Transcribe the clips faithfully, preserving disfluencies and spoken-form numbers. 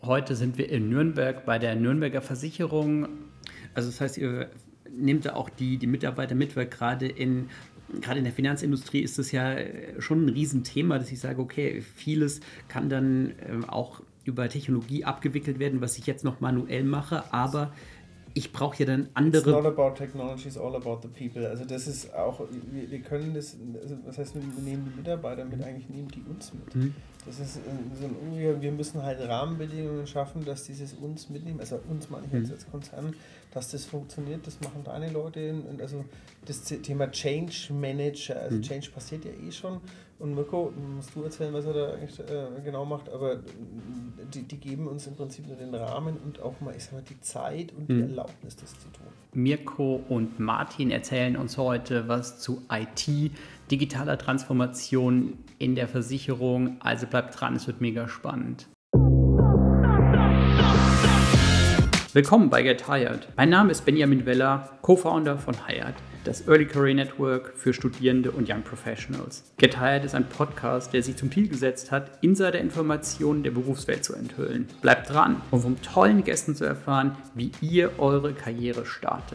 Heute sind wir in Nürnberg bei der Nürnberger Versicherung. Also das heißt, ihr nehmt da auch die, die Mitarbeiter mit, weil gerade in, gerade in der Finanzindustrie ist das ja schon ein Riesenthema, dass ich sage, okay, vieles kann dann ähm, auch über Technologie abgewickelt werden, was ich jetzt noch manuell mache, aber ich brauche ja dann andere... It's not about technology, it's all about the people. Also das ist auch, wir, wir können das, also das heißt, wir nehmen die Mitarbeiter mit, eigentlich nehmen die uns mit. Mhm. Das ist so ein Umgang, wir müssen halt Rahmenbedingungen schaffen, dass dieses uns mitnehmen, also uns meine ich jetzt mhm. als Konzern, dass das funktioniert, das machen deine Leute. Und also das Thema Change Manager, also mhm. Change passiert ja eh schon. Und Mirko, musst du erzählen, was er da eigentlich äh, genau macht, aber die, die geben uns im Prinzip nur den Rahmen und auch mal, ich sag mal, die Zeit und die mhm. Erlaubnis, das zu tun. Mirko und Martin erzählen uns heute was zu I T, digitaler Transformation in der Versicherung. Also bleibt dran, es wird mega spannend. Willkommen bei Get Hired. Mein Name ist Benjamin Weller, Co-Founder von Hired, das Early Career Network für Studierende und Young Professionals. Get Hired ist ein Podcast, der sich zum Ziel gesetzt hat, Insider-Informationen der Berufswelt zu enthüllen. Bleibt dran, um von tollen Gästen zu erfahren, wie ihr eure Karriere startet.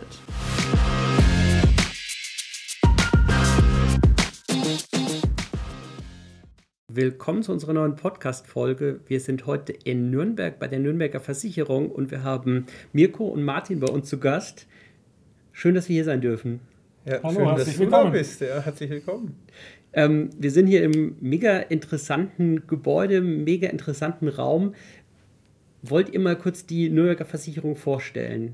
Willkommen zu unserer neuen Podcast-Folge. Wir sind heute in Nürnberg bei der Nürnberger Versicherung und wir haben Mirko und Martin bei uns zu Gast. Schön, dass wir hier sein dürfen. Ja, hallo, schön, dass du da bist. Ja, herzlich willkommen. Ähm, wir sind hier im mega interessanten Gebäude, mega interessanten Raum. Wollt ihr mal kurz die Nürnberger Versicherung vorstellen?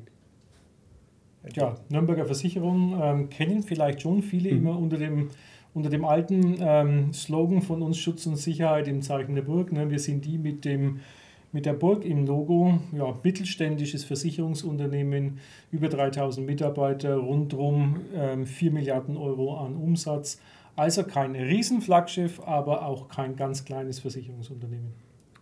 Ja, Nürnberger Versicherung ähm, kennen vielleicht schon viele mhm. immer unter dem Unter dem alten ähm, Slogan von uns Schutz und Sicherheit im Zeichen der Burg. Ne? Wir sind die mit, dem, mit der Burg im Logo. Ja, mittelständisches Versicherungsunternehmen, über dreitausend Mitarbeiter, rundherum ähm, vier Milliarden Euro an Umsatz. Also kein Riesenflaggschiff, aber auch kein ganz kleines Versicherungsunternehmen.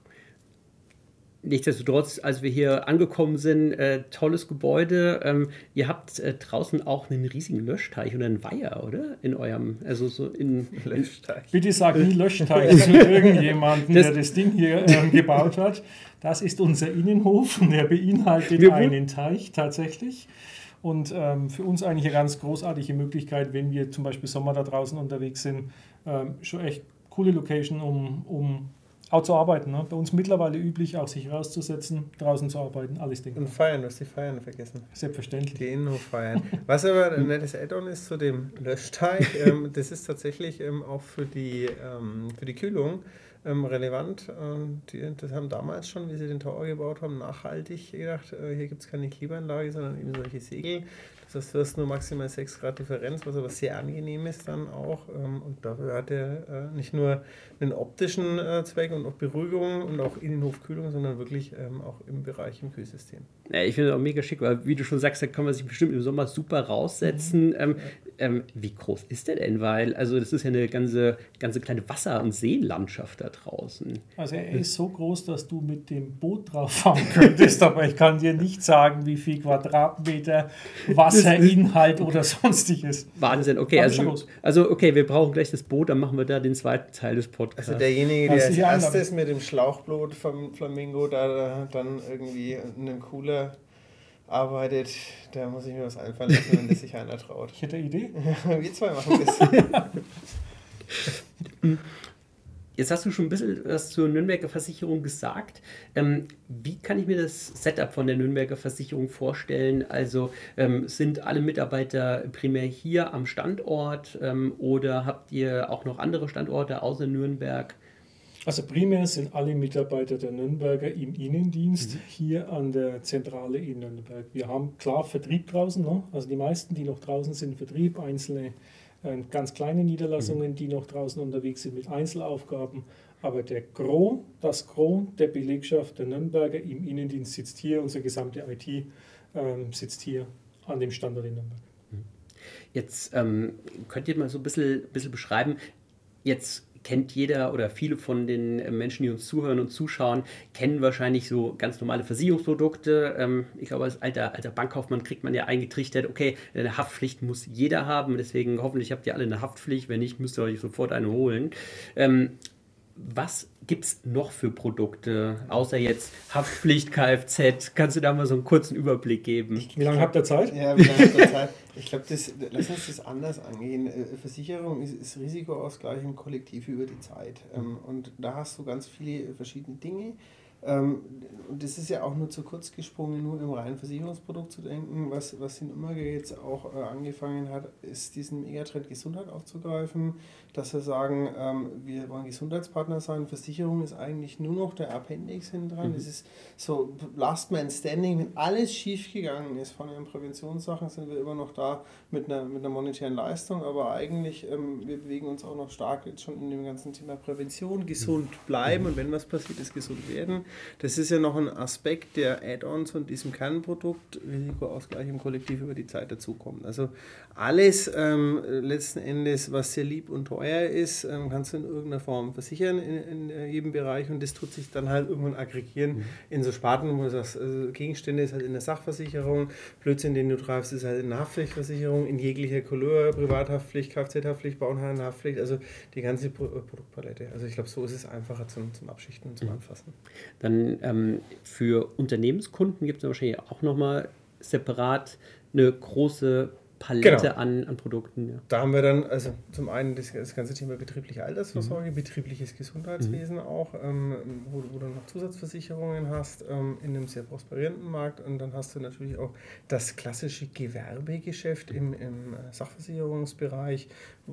Nichtsdestotrotz, als wir hier angekommen sind, äh, tolles Gebäude. Ähm, ihr habt äh, draußen auch einen riesigen Löschteich und einen Weiher, oder? In eurem, also so in... Löschteich. Bitte sag nie Löschteich zu irgendjemandem, das, der das Ding hier ähm, gebaut hat. Das ist unser Innenhof und der beinhaltet wir, einen Teich tatsächlich. Und ähm, für uns eigentlich eine ganz großartige Möglichkeit, wenn wir zum Beispiel Sommer da draußen unterwegs sind. Ähm, schon echt coole Location, um... um auch zu arbeiten. Ne? Bei uns mittlerweile üblich, auch sich rauszusetzen, draußen zu arbeiten, alles Dinge. Und feiern, du hast die Feiern vergessen. Selbstverständlich. Die Innenhof feiern. Was aber ein nettes Add-on ist zu dem Löschteich, ähm, das ist tatsächlich ähm, auch für die, ähm, für die Kühlung ähm, relevant. Ähm, die, das haben damals schon, wie sie den Tower gebaut haben, nachhaltig gedacht, äh, hier gibt es keine Klimaanlage, sondern eben solche Segel. Das heißt, du hast nur maximal sechs Grad Differenz, was aber sehr angenehm ist dann auch. Und dafür hat er nicht nur einen optischen Zweck und auch Beruhigung und auch Innenhofkühlung, sondern wirklich auch im Bereich im Kühlsystem. Ja, ich finde das auch mega schick, weil wie du schon sagst, da kann man sich bestimmt im Sommer super raussetzen. Mhm. Ähm, ähm, wie groß ist der denn? Weil, also das ist ja eine ganze, ganze kleine Wasser- und Seenlandschaft da draußen. Also er ist so groß, dass du mit dem Boot drauf fahren könntest, aber ich kann dir nicht sagen, wie viel Quadratmeter Wasser Inhalt oder sonstiges. Wahnsinn, okay. Also, also okay, wir brauchen gleich das Boot, dann machen wir da den zweiten Teil des Podcasts. Also derjenige, der als erstes mit dem Schlauchboot vom Flamingo da dann irgendwie einen Cooler arbeitet, da muss ich mir was einfallen lassen, wenn das sich einer traut. Ich hätte eine Idee. Wir zwei machen das. Jetzt hast du schon ein bisschen was zur Nürnberger Versicherung gesagt. Ähm, wie kann ich mir das Setup von der Nürnberger Versicherung vorstellen? Also ähm, sind alle Mitarbeiter primär hier am Standort ähm, oder habt ihr auch noch andere Standorte außer Nürnberg? Also primär sind alle Mitarbeiter der Nürnberger im Innendienst mhm. hier an der Zentrale in Nürnberg. Wir haben klar Vertrieb draußen, ne? Also die meisten, die noch draußen sind, Vertrieb, einzelne ganz kleine Niederlassungen, die noch draußen unterwegs sind mit Einzelaufgaben. Aber der Gros, das Gros der Belegschaft der Nürnberger im Innendienst sitzt hier. Unsere gesamte I T ähm, sitzt hier an dem Standort in Nürnberg. Jetzt ähm, könnt ihr mal so ein bisschen, bisschen beschreiben, jetzt kennt jeder oder viele von den Menschen, die uns zuhören und zuschauen, kennen wahrscheinlich so ganz normale Versicherungsprodukte. Ähm, ich glaube, als alter, alter Bankkaufmann kriegt man ja eingetrichtert, okay, eine Haftpflicht muss jeder haben, deswegen hoffentlich habt ihr alle eine Haftpflicht, wenn nicht, müsst ihr euch sofort eine holen. Ähm, Was gibt es noch für Produkte, außer jetzt Haftpflicht, Kfz? Kannst du da mal so einen kurzen Überblick geben? Ich, wie lange habt ihr Zeit? Ja, wie lange habt ihr Zeit? Ich glaube, lass uns das anders angehen. Versicherung ist, ist Risikoausgleich im Kollektiv über die Zeit. Und da hast du ganz viele verschiedene Dinge. Und das ist ja auch nur zu kurz gesprungen, nur im reinen Versicherungsprodukt zu denken. Was, was Hindenburger jetzt auch äh, angefangen hat, ist diesen Megatrend Gesundheit aufzugreifen, dass wir sagen, ähm, wir wollen Gesundheitspartner sein. Versicherung ist eigentlich nur noch der Appendix hinten dran. Mhm. Das ist so Last Man Standing. Wenn alles schief gegangen ist von den Präventionssachen, sind wir immer noch da mit einer, mit einer monetären Leistung. Aber eigentlich, ähm, wir bewegen uns auch noch stark jetzt schon in dem ganzen Thema Prävention, gesund bleiben und wenn was passiert ist, gesund werden. Das ist ja noch ein Aspekt der Add-ons von diesem Kernprodukt, Risikoausgleich im Kollektiv über die Zeit dazukommen. Also alles ähm, letzten Endes, was sehr lieb und teuer ist, ähm, kannst du in irgendeiner Form versichern in, in jedem Bereich und das tut sich dann halt irgendwann aggregieren mhm. in so Sparten, wo du sagst, also Gegenstände ist halt in der Sachversicherung, Blödsinn, den du treibst, ist halt in der Haftpflichtversicherung, in jeglicher Couleur, Privathaftpflicht, Kfz-Haftpflicht, Bauherrenhaftpflicht, also die ganze Pro- Produktpalette. Also ich glaube, so ist es einfacher zum, zum Abschichten und zum mhm. Anfassen. Dann ähm, für Unternehmenskunden gibt es wahrscheinlich auch nochmal separat eine große Palette genau. an, an Produkten. Ja. Da haben wir dann also zum einen das, das ganze Thema betriebliche Altersvorsorge, mhm. betriebliches Gesundheitswesen mhm. auch, ähm, wo, wo du noch Zusatzversicherungen hast ähm, in einem sehr prosperierenden Markt und dann hast du natürlich auch das klassische Gewerbegeschäft im, im Sachversicherungsbereich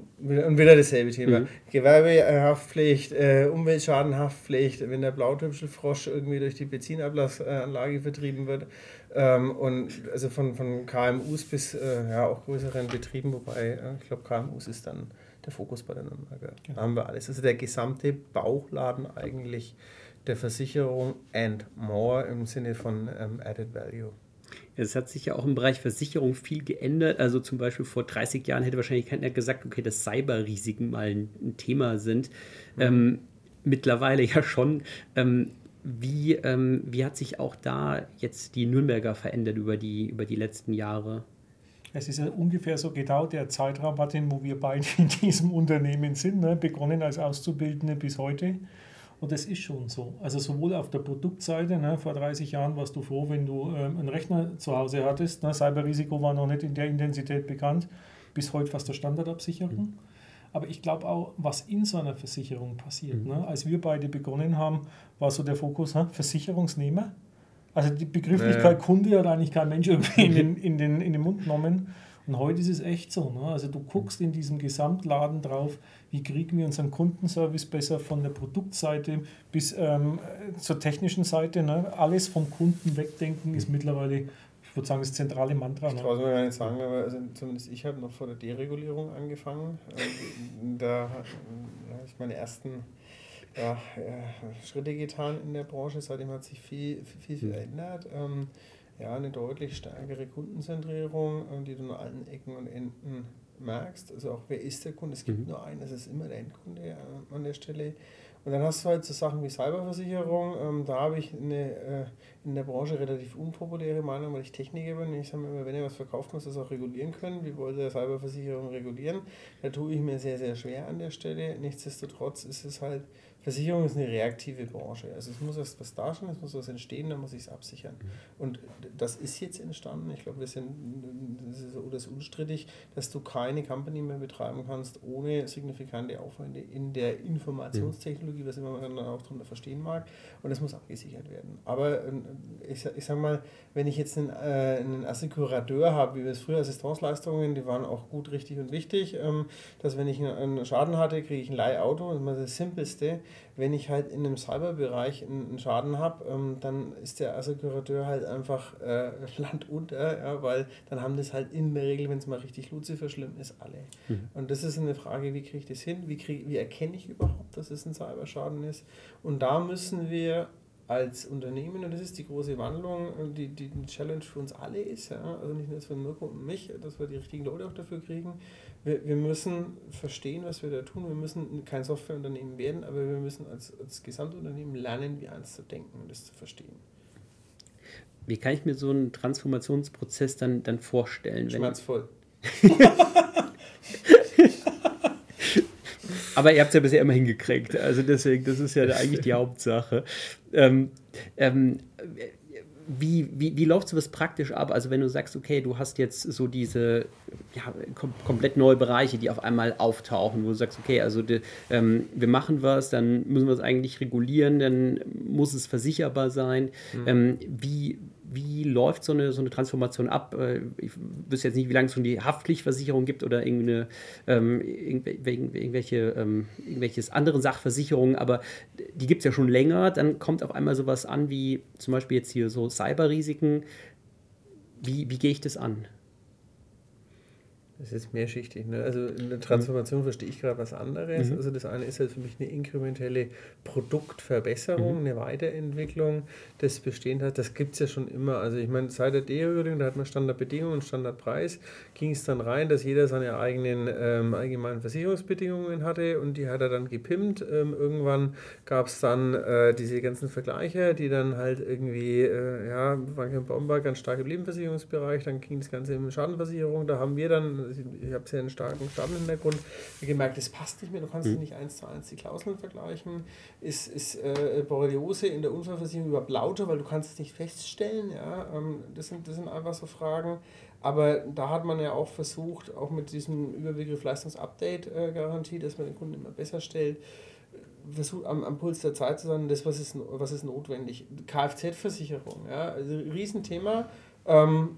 und wieder dasselbe Thema. Mhm. Gewerbehaftpflicht, äh, Umweltschadenhaftpflicht, wenn der Blautüpfelfrosch irgendwie durch die Benzinablassanlage vertrieben wird. Ähm, und also von, von K M Us bis äh, ja, auch größeren Betrieben, wobei äh, ich glaube K M Us ist dann der Fokus bei der Nürnberger. Da haben wir alles. Also der gesamte Bauchladen eigentlich der Versicherung and more im Sinne von ähm, Added Value. Es hat sich ja auch im Bereich Versicherung viel geändert. Also zum Beispiel vor dreißig Jahren hätte wahrscheinlich keiner gesagt, okay, dass Cyberrisiken mal ein, ein Thema sind. Mhm. Ähm, mittlerweile ja schon. Ähm, Wie, ähm, wie hat sich auch da jetzt die Nürnberger verändert über die, über die letzten Jahre? Es ist ja ungefähr so genau der Zeitraum, Martin, wo wir beide in diesem Unternehmen sind, ne? Begonnen als Auszubildende bis heute. Und das ist schon so. Also sowohl auf der Produktseite, ne? Vor dreißig Jahren warst du froh, wenn du ähm, einen Rechner zu Hause hattest. Ne? Cyberrisiko war noch nicht in der Intensität bekannt, bis heute fast der Standardabsicherung. Mhm. Aber ich glaube auch, was in so einer Versicherung passiert. Mhm. Ne? Als wir beide begonnen haben, war so der Fokus, ne? Versicherungsnehmer. Also die Begrifflichkeit ja. Kunde hat eigentlich kein Mensch irgendwie in den, in, den, in den Mund genommen. Und heute ist es echt so. Ne? Also du guckst in diesem Gesamtladen drauf, wie kriegen wir unseren Kundenservice besser von der Produktseite bis ähm, zur technischen Seite. Ne? Alles vom Kunden wegdenken ist mittlerweile, ich würde sagen, das zentrale Mantra. Ich traue es mir gar nicht sagen, aber also zumindest ich habe noch vor der Deregulierung angefangen. Da habe ich meine ersten ja, Schritte getan in der Branche. Seitdem hat sich viel, viel, viel verändert. Ja, eine deutlich stärkere Kundenzentrierung, die du an allen Ecken und Enden merkst. Also auch, wer ist der Kunde? Es gibt mhm. nur einen, das ist immer der Endkunde an der Stelle. Und dann hast du halt so Sachen wie Cyberversicherung. Ähm, da habe ich eine, äh, in der Branche relativ unpopuläre Meinung, weil ich Techniker bin. Ich sage immer, wenn ihr was verkauft, muss das auch regulieren können. Wie wollt ihr Cyberversicherung regulieren? Da tue ich mir sehr, sehr schwer an der Stelle. Nichtsdestotrotz ist es halt, Versicherung ist eine reaktive Branche. Also es muss erst was dastehen, es muss was entstehen, dann muss ich es absichern. Und das ist jetzt entstanden. Ich glaube, wir sind, das ist, oder ist unstrittig, dass du keine Company mehr betreiben kannst ohne signifikante Aufwände in der Informationstechnologie, was immer man dann auch darunter verstehen mag. Und das muss abgesichert werden. Aber ich, ich sage mal, wenn ich jetzt einen, äh, einen Assekurateur habe, wie wir es früher, Assistenzleistungen, die waren auch gut, richtig und wichtig, ähm, dass wenn ich einen Schaden hatte, kriege ich ein Leihauto, das ist mal das Simpelste. Wenn ich halt in einem Cyberbereich einen Schaden habe, ähm, dann ist der Assekurateur halt einfach äh, landunter, ja, weil dann haben das halt in der Regel, wenn es mal richtig Luzifer schlimm ist, alle. Mhm. Und das ist eine Frage, wie kriege ich das hin? Wie, krieg, wie erkenne ich überhaupt, dass es ein Cyberschaden ist? Und da müssen wir als Unternehmen, und das ist die große Wandlung, die, die die Challenge für uns alle ist, ja, also nicht nur für Mirko und mich, dass wir die richtigen Leute auch dafür kriegen. Wir, wir müssen verstehen, was wir da tun. Wir müssen kein Softwareunternehmen werden, aber wir müssen als, als Gesamtunternehmen lernen, wie eins zu denken und das zu verstehen. Wie kann ich mir so einen Transformationsprozess dann, dann vorstellen? Schmerzvoll. Aber ihr habt es ja bisher immer hingekriegt. Also deswegen, das ist ja eigentlich die Hauptsache. Ähm, ähm, Wie, wie, wie läuft sowas praktisch ab? Also wenn du sagst, okay, du hast jetzt so diese ja, kom- komplett neue Bereiche, die auf einmal auftauchen, wo du sagst, okay, also die, ähm, wir machen was, dann müssen wir es eigentlich regulieren, dann muss es versicherbar sein. Mhm. Ähm, wie, wie läuft so eine, so eine Transformation ab? Äh, ich wüsste jetzt nicht, wie lange es schon die Haftpflichtversicherung gibt oder irgendeine, ähm, irgendwelche, irgendwelche ähm, irgendwelches andere Sachversicherungen, aber die gibt es ja schon länger. Dann kommt auf einmal sowas an wie zum Beispiel jetzt hier so Cyberrisiken. Wie, wie gehe ich das an? Das ist jetzt mehrschichtig. Ne? Also in der Transformation mhm. verstehe ich gerade was anderes. Mhm. Also das eine ist halt für mich eine inkrementelle Produktverbesserung, mhm. eine Weiterentwicklung des bestehend hat. Das gibt es ja schon immer. Also ich meine, seit der Deregulierung, da hat man Standardbedingungen, Standardpreis, ging es dann rein, dass jeder seine eigenen ähm, allgemeinen Versicherungsbedingungen hatte und die hat er dann gepimpt. Ähm, irgendwann gab es dann äh, diese ganzen Vergleiche, die dann halt irgendwie, äh, ja, Frank Bomber, ganz stark im Lebensversicherungsbereich, dann ging das Ganze in Schadenversicherung, da haben wir dann, ich habe sehr einen starken Stapelhintergrund, gemerkt, das passt nicht mehr, du kannst mhm. nicht eins zu eins die Klauseln vergleichen. Ist, ist äh, Borreliose in der Unfallversicherung überhaupt lauter, weil du kannst es nicht feststellen, ja, ähm, das sind, das sind einfach so Fragen. Aber da hat man ja auch versucht, auch mit diesem Überbegriff Leistungsupdate-Garantie, dass man den Kunden immer besser stellt, versucht am, am Puls der Zeit zu sein, das, was ist, was ist notwendig. Kfz-Versicherung, ja, also Riesenthema. Ähm,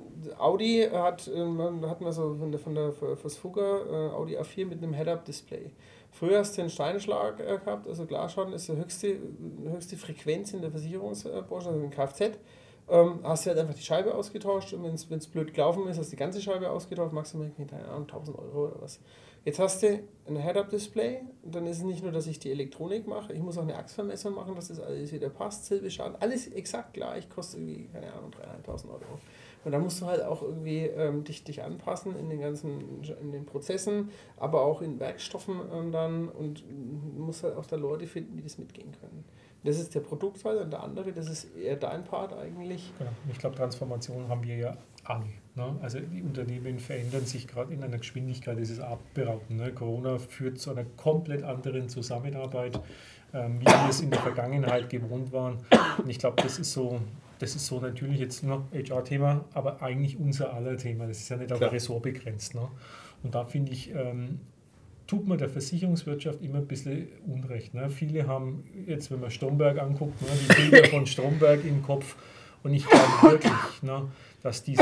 Audi hat, man hat man so von der, von der Fugger, äh, Audi A vier mit einem Head-Up-Display. Früher hast du einen Steinschlag äh, gehabt, also Glasschaden ist die höchste, höchste Frequenz in der Versicherungsbranche, also in Kfz. Ähm, hast du halt einfach die Scheibe ausgetauscht und wenn es blöd gelaufen ist, hast du die ganze Scheibe ausgetauscht, maximal tausend Euro oder was. Jetzt hast du ein Head-Up-Display, dann ist es nicht nur, dass ich die Elektronik mache, ich muss auch eine Achsvermessung machen, dass das alles wieder passt, Silbeschaden, alles exakt gleich, kostet irgendwie, keine Ahnung, dreitausend Euro. Und da musst du halt auch irgendwie ähm, dich, dich anpassen in den ganzen, in den Prozessen, aber auch in Werkstoffen ähm, dann und musst halt auch da Leute finden, die das mitgehen können. Das ist der Produktteil und der andere, das ist eher dein Part eigentlich. Genau. Ich glaube, Transformation haben wir ja alle. Ne? Also die Unternehmen verändern sich gerade in einer Geschwindigkeit, das ist abberauben. Ne? Corona führt zu einer komplett anderen Zusammenarbeit, ähm, wie wir es in der Vergangenheit gewohnt waren. Und ich glaube, das ist so, das ist so natürlich jetzt noch H R-Thema, aber eigentlich unser aller Thema. Das ist ja nicht auf ein Ressort begrenzt. Ne? Und da finde ich, ähm, tut man der Versicherungswirtschaft immer ein bisschen Unrecht. Ne? Viele haben jetzt, wenn man Stromberg anguckt, ne, die Bilder von Stromberg im Kopf. Und ich glaube wirklich, ne, dass, diese,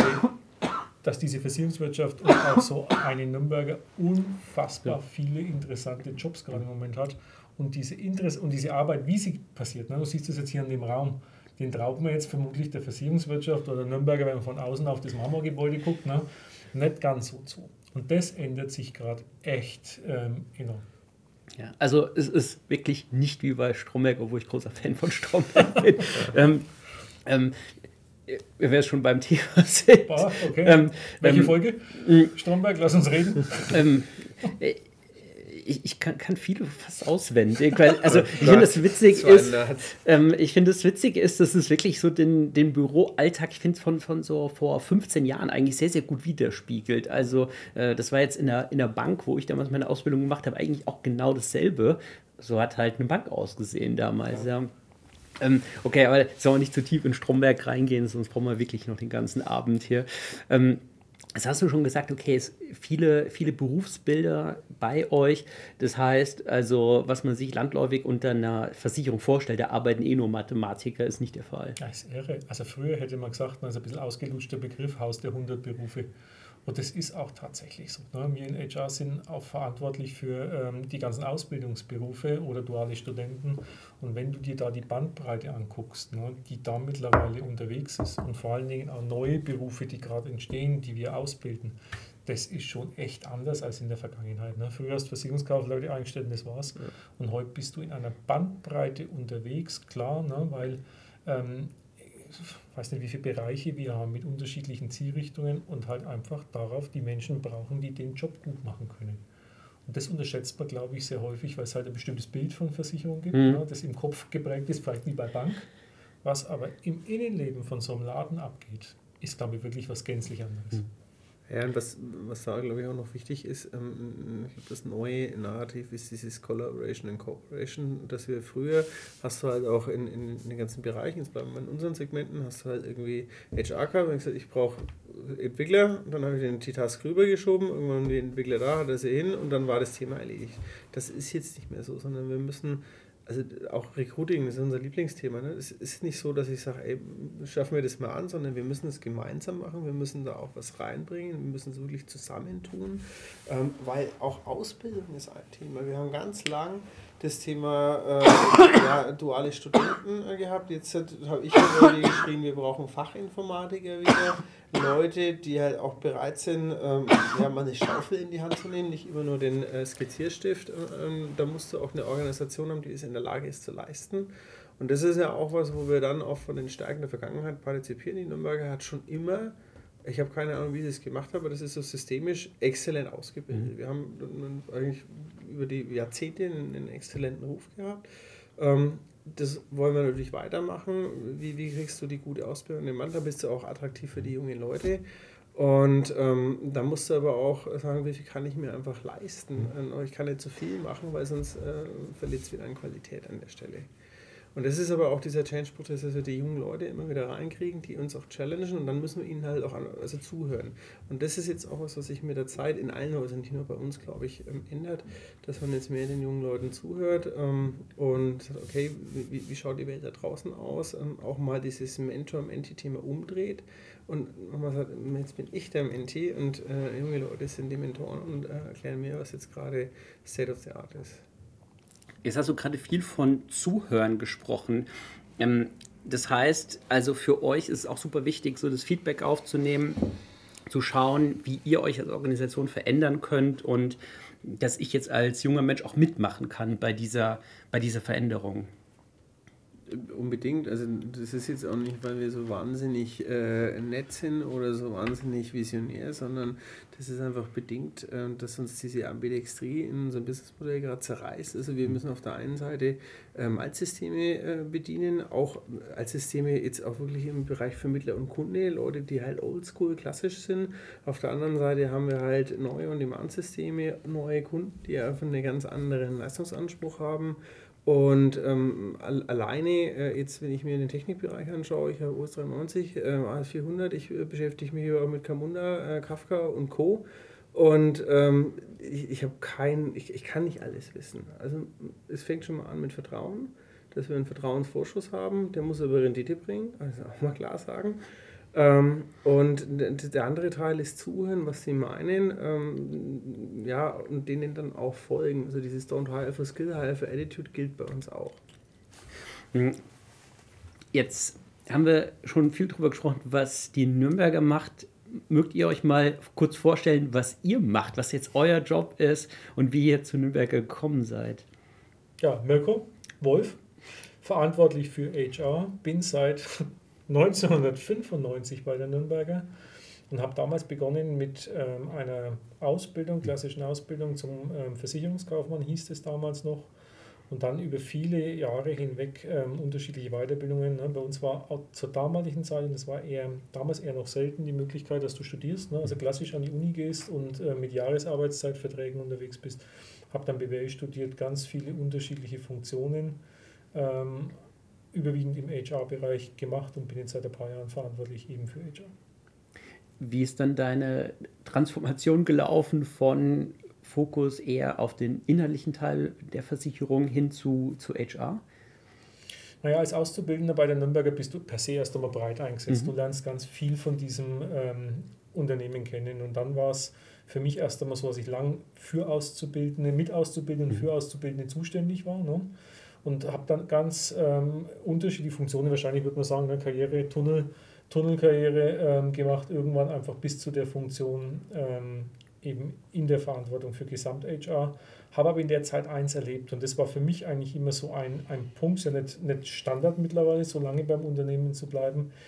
dass diese Versicherungswirtschaft und auch so eine Nürnberger unfassbar viele interessante Jobs gerade im Moment hat. Und diese, Interesse, und diese Arbeit, wie sie passiert, ne, du siehst das jetzt hier in dem Raum, den traut man jetzt vermutlich der Versicherungswirtschaft oder Nürnberger, wenn man von außen auf das Marmorgebäude guckt, ne, nicht ganz so zu. Und das ändert sich gerade echt ähm, enorm. Ja, also es ist wirklich nicht wie bei Stromberg, obwohl ich großer Fan von Stromberg bin. ähm, ähm, wir wären schon beim Thema sind. Ah, okay. ähm, Welche ähm, Folge? Stromberg, lass uns reden. Ähm, ich, ich kann, kann viele fast auswendig, weil, also ich finde das witzig ist, ähm, ich finde das witzig ist, dass es wirklich so den, den Büroalltag, ich finde von, von so vor fünfzehn Jahren eigentlich sehr, sehr gut widerspiegelt. Also äh, das war jetzt in der, in der Bank, wo ich damals meine Ausbildung gemacht habe, eigentlich auch genau dasselbe. So hat halt eine Bank ausgesehen damals, ja. ja. Ähm, okay, aber sollen wir nicht zu tief in Stromberg reingehen, sonst brauchen wir wirklich noch den ganzen Abend hier. Ähm, Das hast du schon gesagt, okay, es viele, viele Berufsbilder bei euch. Das heißt, also, was man sich landläufig unter einer Versicherung vorstellt, da arbeiten eh nur Mathematiker, ist nicht der Fall. Das ist irre. Also früher hätte man gesagt, das ist ein bisschen ausgelutschter Begriff, Haus der hundert Berufe. Und das ist auch tatsächlich so. Ne? Wir in H R sind auch verantwortlich für ähm, die ganzen Ausbildungsberufe oder duale Studenten. Und wenn du dir da die Bandbreite anguckst, ne, die da mittlerweile unterwegs ist und vor allen Dingen auch neue Berufe, die gerade entstehen, die wir ausbilden, das ist schon echt anders als in der Vergangenheit. Ne? Früher hast du Versicherungskaufleute eingestellt und das war's. Ja. Und heute bist du in einer Bandbreite unterwegs, klar, ne, weil ähm, ich weiß nicht, wie viele Bereiche wir haben mit unterschiedlichen Zielrichtungen und halt einfach darauf die Menschen brauchen, die den Job gut machen können. Und das unterschätzt man, glaube ich, sehr häufig, weil es halt ein bestimmtes Bild von Versicherung gibt, mhm. ja, das im Kopf geprägt ist, vielleicht wie bei Bank. Was aber im Innenleben von so einem Laden abgeht, ist, glaube ich, wirklich was gänzlich anderes. Ja, und was, was da, glaube ich, auch noch wichtig ist, ähm, ich glaube, das neue Narrativ ist dieses Collaboration and Cooperation, dass wir früher, hast du halt auch in, in, in den ganzen Bereichen, jetzt bleiben wir in unseren Segmenten, hast du halt irgendwie H R gehabt, und gesagt, ich brauche Entwickler, dann habe ich den T-Task rübergeschoben, irgendwann haben die Entwickler da, hat er sie hin und dann war das Thema erledigt. Das ist jetzt nicht mehr so, sondern wir müssen, also auch Recruiting, das ist unser Lieblingsthema. Ne? Es ist nicht so, dass ich sage, ey, schaffen wir das mal an, sondern wir müssen es gemeinsam machen, wir müssen da auch was reinbringen, wir müssen es wirklich zusammentun, ähm, weil auch Ausbildung ist ein Thema. Wir haben ganz lang das Thema äh, ja, duale Studenten äh, gehabt. Jetzt habe ich halt geschrieben, wir brauchen Fachinformatiker wieder, Leute, die halt auch bereit sind, ähm, ja, mal eine Schaufel in die Hand zu nehmen, nicht immer nur den äh, Skizzierstift. Ähm, da musst du auch eine Organisation haben, die es in der Lage ist zu leisten. Und das ist ja auch was, wo wir dann auch von den Stärken der Vergangenheit partizipieren. Die Nürnberger hat schon immer, ich habe keine Ahnung, wie sie es gemacht haben, aber das ist so systemisch exzellent ausgebildet. Mhm. Wir haben eigentlich über die Jahrzehnte einen, einen exzellenten Ruf gehabt. Ähm, das wollen wir natürlich weitermachen. Wie, wie kriegst du die gute Ausbildung in den Mann? Da bist du auch attraktiv für die jungen Leute. Und ähm, da musst du aber auch sagen, wie viel kann ich mir einfach leisten. Und ich kann nicht zu viel machen, weil sonst äh, verliert es wieder an Qualität an der Stelle. Und das ist aber auch dieser Change-Prozess, dass wir die jungen Leute immer wieder reinkriegen, die uns auch challengen und dann müssen wir ihnen halt auch also zuhören. Und das ist jetzt auch was, was sich mit der Zeit in allen Häusern, nicht nur bei uns, glaube ich, ändert, dass man jetzt mehr den jungen Leuten zuhört und sagt, okay, wie, wie schaut die Welt da draußen aus? Auch mal dieses Mentor-Menti-Thema umdreht und man sagt, jetzt bin ich der Menti und äh, junge Leute sind die Mentoren und äh, erklären mir, was jetzt gerade State of the Art ist. Jetzt hast du gerade viel von Zuhören gesprochen. Das heißt, also für euch ist es auch super wichtig, so das Feedback aufzunehmen, zu schauen, wie ihr euch als Organisation verändern könnt und dass ich jetzt als junger Mensch auch mitmachen kann bei dieser, bei dieser Veränderung. Unbedingt, also das ist jetzt auch nicht, weil wir so wahnsinnig äh, nett sind oder so wahnsinnig visionär, sondern das ist einfach bedingt, äh, dass uns diese Ambidextrie in unserem Businessmodell gerade zerreißt. Also wir müssen auf der einen Seite ähm, Altsysteme äh, bedienen, auch Altsysteme jetzt auch wirklich im Bereich Vermittler und Kunde, Leute, die halt oldschool, klassisch sind. Auf der anderen Seite haben wir halt neue On-Demand-Systeme, neue Kunden, die einfach einen ganz anderen Leistungsanspruch haben. Und ähm, alleine, äh, jetzt wenn ich mir den Technikbereich anschaue, ich habe O S dreiundneunzig, äh, A S vierhundert, ich äh, beschäftige mich auch mit Camunda, äh, Kafka und Co. Und ähm, ich, ich habe kein, ich, ich kann nicht alles wissen. Also es fängt schon mal an mit Vertrauen, dass wir einen Vertrauensvorschuss haben, der muss aber Rendite bringen, also auch mal klar sagen. Ähm, und der andere Teil ist zuhören, was sie meinen, ähm, ja, und denen dann auch folgen. Also dieses Don't hire for Skill, hire for Attitude gilt bei uns auch. Jetzt haben wir schon viel darüber gesprochen, was die Nürnberger macht. Mögt ihr euch mal kurz vorstellen, was ihr macht, was jetzt euer Job ist und wie ihr zu Nürnberger gekommen seid? Ja, Mirko Wolf, verantwortlich für H R, bin seit neunzehnhundertfünfundneunzig bei der Nürnberger und habe damals begonnen mit ähm, einer Ausbildung, klassischen Ausbildung zum ähm, Versicherungskaufmann, hieß es damals noch, und dann über viele Jahre hinweg ähm, unterschiedliche Weiterbildungen. Ne? Bei uns war auch zur damaligen Zeit, und das war eher damals eher noch selten, die Möglichkeit, dass du studierst, ne? Also klassisch an die Uni gehst und äh, mit Jahresarbeitszeitverträgen unterwegs bist. Habe dann B W L studiert, ganz viele unterschiedliche Funktionen, ähm, überwiegend im H R-Bereich gemacht und bin jetzt seit ein paar Jahren verantwortlich eben für H R. Wie ist dann deine Transformation gelaufen von Fokus eher auf den inhaltlichen Teil der Versicherung hin zu, zu H R? Naja, als Auszubildender bei der Nürnberger bist du per se erst einmal breit eingesetzt. Mhm. Du lernst ganz viel von diesem ähm, Unternehmen kennen und dann war es für mich erst einmal so, dass ich lang für Auszubildende, mit Auszubildenden, mhm. für Auszubildende zuständig war, ne? Und habe dann ganz ähm, unterschiedliche Funktionen, wahrscheinlich würde man sagen, ne, Karriere, Tunnel, Tunnelkarriere ähm, gemacht, irgendwann einfach bis zu der Funktion ähm, eben in der Verantwortung für Gesamt-H R. Habe aber in der Zeit eins erlebt und das war für mich eigentlich immer so ein, ein Punkt, ja nicht, nicht Standard mittlerweile, so lange beim Unternehmen zu bleiben.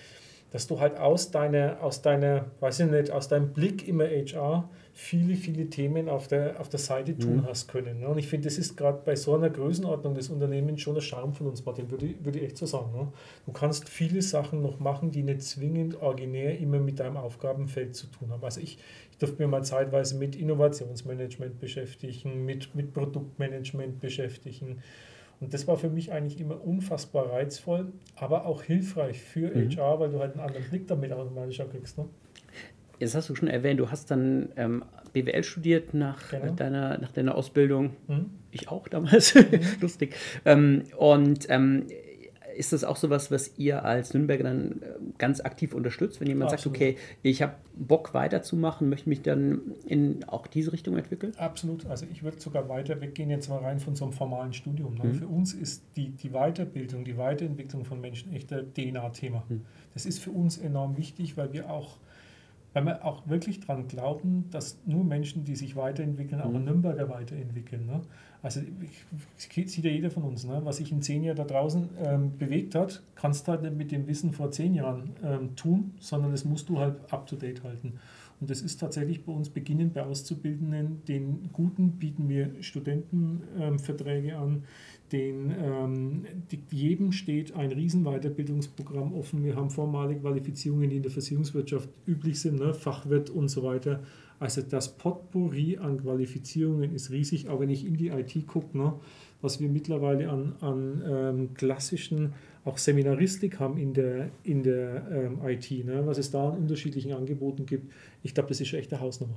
dass du halt aus deiner, aus deiner, weiß ich nicht, aus deinem Blick immer H R viele, viele Themen auf der, auf der Seite tun mhm. hast können. Ne? Und ich finde, das ist gerade bei so einer Größenordnung des Unternehmens schon der Charme von uns, Martin, würde, würde ich echt so sagen. Ne? Du kannst viele Sachen noch machen, die nicht zwingend originär immer mit deinem Aufgabenfeld zu tun haben. Also ich, ich durfte mir mal zeitweise mit Innovationsmanagement beschäftigen, mit, mit Produktmanagement beschäftigen. Und das war für mich eigentlich immer unfassbar reizvoll, aber auch hilfreich für mhm. H R, weil du halt einen anderen Blick damit automatisch auch kriegst. Ne? Jetzt hast du schon erwähnt, du hast dann ähm, B W L studiert nach, genau. deiner, nach deiner Ausbildung. Mhm. Ich auch damals. Mhm. Lustig. Ähm, und ähm, ist das auch sowas, was ihr als Nürnberger dann ganz aktiv unterstützt, wenn jemand Absolut. sagt, okay, ich habe Bock weiterzumachen, möchte mich dann in auch diese Richtung entwickeln? Absolut. Also ich würde sogar weiter weggehen, jetzt mal rein von so einem formalen Studium. Ne? Mhm. Für uns ist die, die Weiterbildung, die Weiterentwicklung von Menschen echt ein D N A-Thema. Mhm. Das ist für uns enorm wichtig, weil wir auch Weil wir auch wirklich daran glauben, dass nur Menschen, die sich weiterentwickeln, auch mhm. ein Nürnberger weiterentwickeln. Ne? Also sieht ja jeder von uns, ne? Was sich in zehn Jahren da draußen ähm, bewegt hat, kannst du halt nicht mit dem Wissen vor zehn Jahren ähm, tun, sondern das musst du halt up-to-date halten. Und das ist tatsächlich bei uns beginnend bei Auszubildenden. Den Guten bieten wir Studentenverträge ähm, an. Den, ähm, die, jedem steht ein riesen Weiterbildungsprogramm offen. Wir haben formale Qualifizierungen, die in der Versicherungswirtschaft üblich sind, ne? Fachwirt und so weiter. Also das Potpourri an Qualifizierungen ist riesig, auch wenn ich in die I T gucke, ne? Was wir mittlerweile an, an ähm, klassischen, auch Seminaristik haben in der, in der ähm, I T, ne? Was es da an unterschiedlichen Angeboten gibt. Ich glaube, das ist schon echt eine Hausnummer.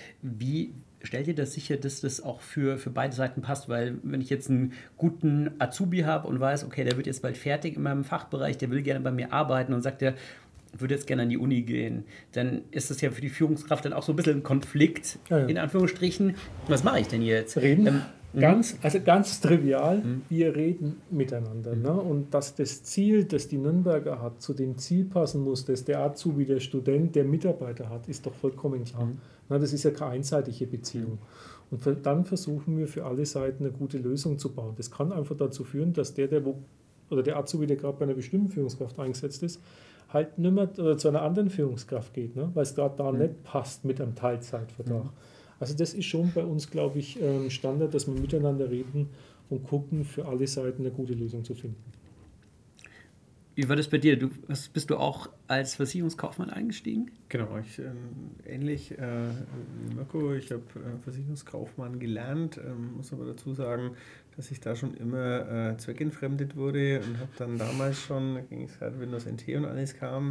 Wie stellt ihr das sicher, dass das auch für, für beide Seiten passt? Weil wenn ich jetzt einen guten Azubi habe und weiß, okay, der wird jetzt bald fertig in meinem Fachbereich, der will gerne bei mir arbeiten und sagt, der würde jetzt gerne an die Uni gehen, dann ist das ja für die Führungskraft dann auch so ein bisschen ein Konflikt, ja, ja. in Anführungsstrichen. Was mache ich denn jetzt? Reden? Ähm, Ganz, also ganz trivial, mhm. wir reden miteinander. Mhm. Ne? Und dass das Ziel, das die Nürnberger hat, zu dem Ziel passen muss, das der Azubi, der Student, der Mitarbeiter hat, ist doch vollkommen klar. Mhm. Na, das ist ja keine einseitige Beziehung. Und für, dann versuchen wir für alle Seiten eine gute Lösung zu bauen. Das kann einfach dazu führen, dass der, der wo, oder der Azubi, der gerade bei einer bestimmten Führungskraft eingesetzt ist, halt nicht mehr oder zu einer anderen Führungskraft geht, ne? Weil es gerade da mhm. nicht passt mit einem Teilzeitvertrag. Mhm. Also das ist schon bei uns, glaube ich, Standard, dass wir miteinander reden und gucken, für alle Seiten eine gute Lösung zu finden. Wie war das bei dir? Du, was, bist du auch als Versicherungskaufmann eingestiegen? Genau, ich, äh, ähnlich äh, wie Mirko, ich habe äh, Versicherungskaufmann gelernt, ähm, muss aber dazu sagen, dass ich da schon immer äh, zweckentfremdet wurde und habe dann damals schon, da ging es gerade Windows N T und alles kam,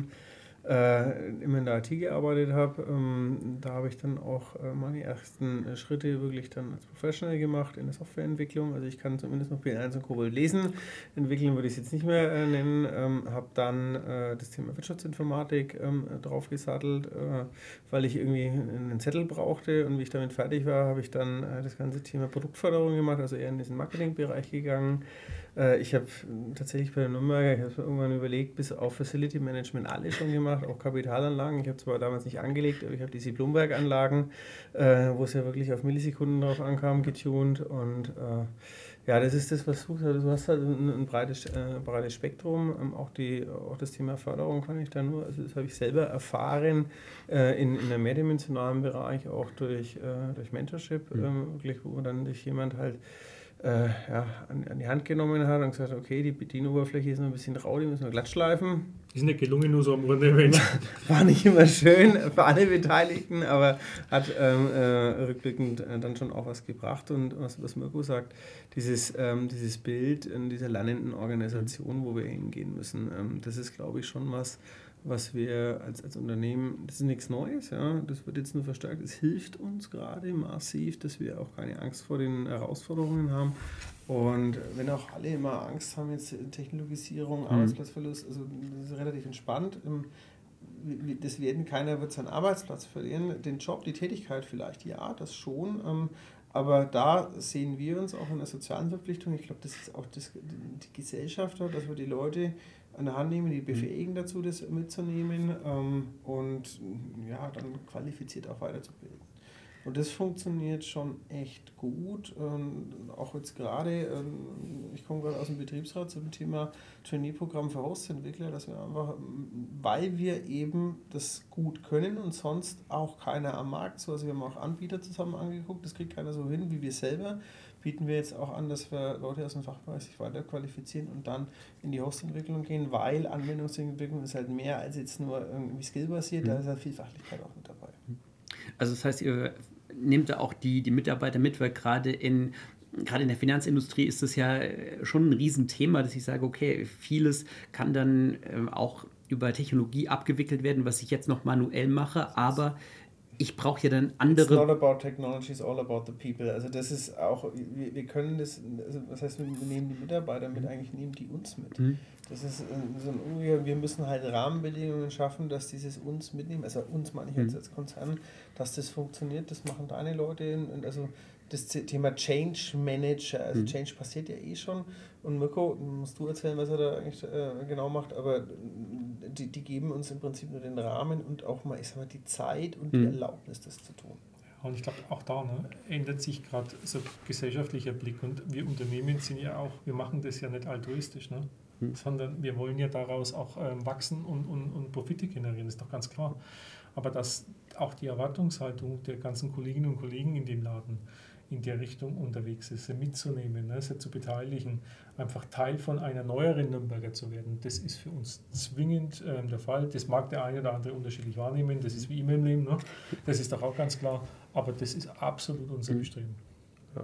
Äh, immer in der I T gearbeitet habe. Ähm, da habe ich dann auch äh, meine ersten äh, Schritte wirklich dann als Professional gemacht in der Softwareentwicklung. Also ich kann zumindest noch P eins und Kobold lesen. Entwickeln würde ich es jetzt nicht mehr äh, nennen. Ähm, habe dann äh, das Thema Wirtschaftsinformatik ähm, draufgesattelt, äh, weil ich irgendwie einen Zettel brauchte. Und wie ich damit fertig war, habe ich dann äh, das ganze Thema Produktförderung gemacht, also eher in diesen Marketingbereich gegangen. Ich habe tatsächlich bei der Nürnberger, ich habe mir irgendwann überlegt, bis auf Facility Management alles schon gemacht, auch Kapitalanlagen. Ich habe zwar damals nicht angelegt, aber ich habe diese Bloomberg-Anlagen, äh, wo es ja wirklich auf Millisekunden drauf ankam, getuned. Und äh, ja, das ist das, was du hast. Du hast halt ein, ein breites, äh, breites Spektrum. Ähm, auch, die, auch das Thema Förderung kann ich da nur, also das habe ich selber erfahren äh, in, in einem mehrdimensionalen Bereich, auch durch, äh, durch Mentorship, mhm. ähm, wirklich, wo dann dich jemand halt Äh, ja, an, an die Hand genommen hat und gesagt, okay, die Bedienoberfläche ist noch ein bisschen rau, die müssen wir glatt schleifen. Ist nicht gelungen, nur so am Rande. War nicht immer schön für alle Beteiligten, aber hat ähm, äh, rückblickend äh, dann schon auch was gebracht. Und was, was Mirko sagt, dieses, ähm, dieses Bild in dieser lernenden Organisation, wo wir hingehen müssen, ähm, das ist, glaube ich, schon was, was wir als, als Unternehmen, das ist nichts Neues, ja, das wird jetzt nur verstärkt, es hilft uns gerade massiv, dass wir auch keine Angst vor den Herausforderungen haben. Und wenn auch alle immer Angst haben, jetzt Technologisierung, mhm. Arbeitsplatzverlust, also das ist relativ entspannt. Das werden, keiner wird seinen Arbeitsplatz verlieren, den Job, die Tätigkeit vielleicht, ja, das schon. Aber da sehen wir uns auch in der sozialen Verpflichtung. Ich glaube, das ist auch das, die Gesellschaft, dass wir die Leute an der Hand nehmen, die befähigen dazu, das mitzunehmen ähm, und ja, dann qualifiziert auch weiterzubilden. Und das funktioniert schon echt gut. Ähm, auch jetzt gerade, ähm, ich komme gerade aus dem Betriebsrat zum Thema Trainee-Programm für Hostentwickler, dass wir einfach, weil wir eben das gut können und sonst auch keiner am Markt, so, also wir haben auch Anbieter zusammen angeguckt, das kriegt keiner so hin wie wir selber, bieten wir jetzt auch an, dass wir Leute aus dem Fachbereich sich weiter qualifizieren und dann in die Hostentwicklung gehen, weil Anwendungsentwicklung ist halt mehr als jetzt nur irgendwie skillbasiert, mhm. da ist halt viel Fachlichkeit auch mit dabei. Also das heißt, ihr nehmt da auch die, die Mitarbeiter mit, weil gerade in, gerade in der Finanzindustrie ist das ja schon ein Riesenthema, dass ich sage, okay, vieles kann dann ähm, auch über Technologie abgewickelt werden, was ich jetzt noch manuell mache, aber ich brauche ja dann andere... It's not about technology, it's all about the people. Also das ist auch, wir, wir können das, also das heißt, wir nehmen die Mitarbeiter mit, eigentlich nehmen die uns mit. Mhm. Das ist so ein Umgang, wir müssen halt Rahmenbedingungen schaffen, dass dieses uns mitnehmen, also uns meine ich jetzt als Konzern, dass das funktioniert, das machen deine Leute, und also das Thema Change Manager, also mhm. Change passiert ja eh schon, und Mirko, musst du erzählen, was er da eigentlich äh, genau macht, aber die, die geben uns im Prinzip nur den Rahmen und auch mal, ich sag mal, die Zeit und mhm. die Erlaubnis, das zu tun. Und ich glaube, auch da ne, ändert sich gerade so gesellschaftlicher Blick, und wir Unternehmen sind ja auch, wir machen das ja nicht altruistisch, ne? Mhm. sondern wir wollen ja daraus auch ähm, wachsen und, und, und Profite generieren, ist doch ganz klar. Aber dass auch die Erwartungshaltung der ganzen Kolleginnen und Kollegen in dem Laden in der Richtung unterwegs ist, sie mitzunehmen, ne, sie zu beteiligen, einfach Teil von einer neueren Nürnberger zu werden, das ist für uns zwingend ähm, der Fall. Das mag der eine oder andere unterschiedlich wahrnehmen, das ist wie immer im Leben, ne? Das ist doch auch ganz klar, aber das ist absolut unser Bestreben. Ja.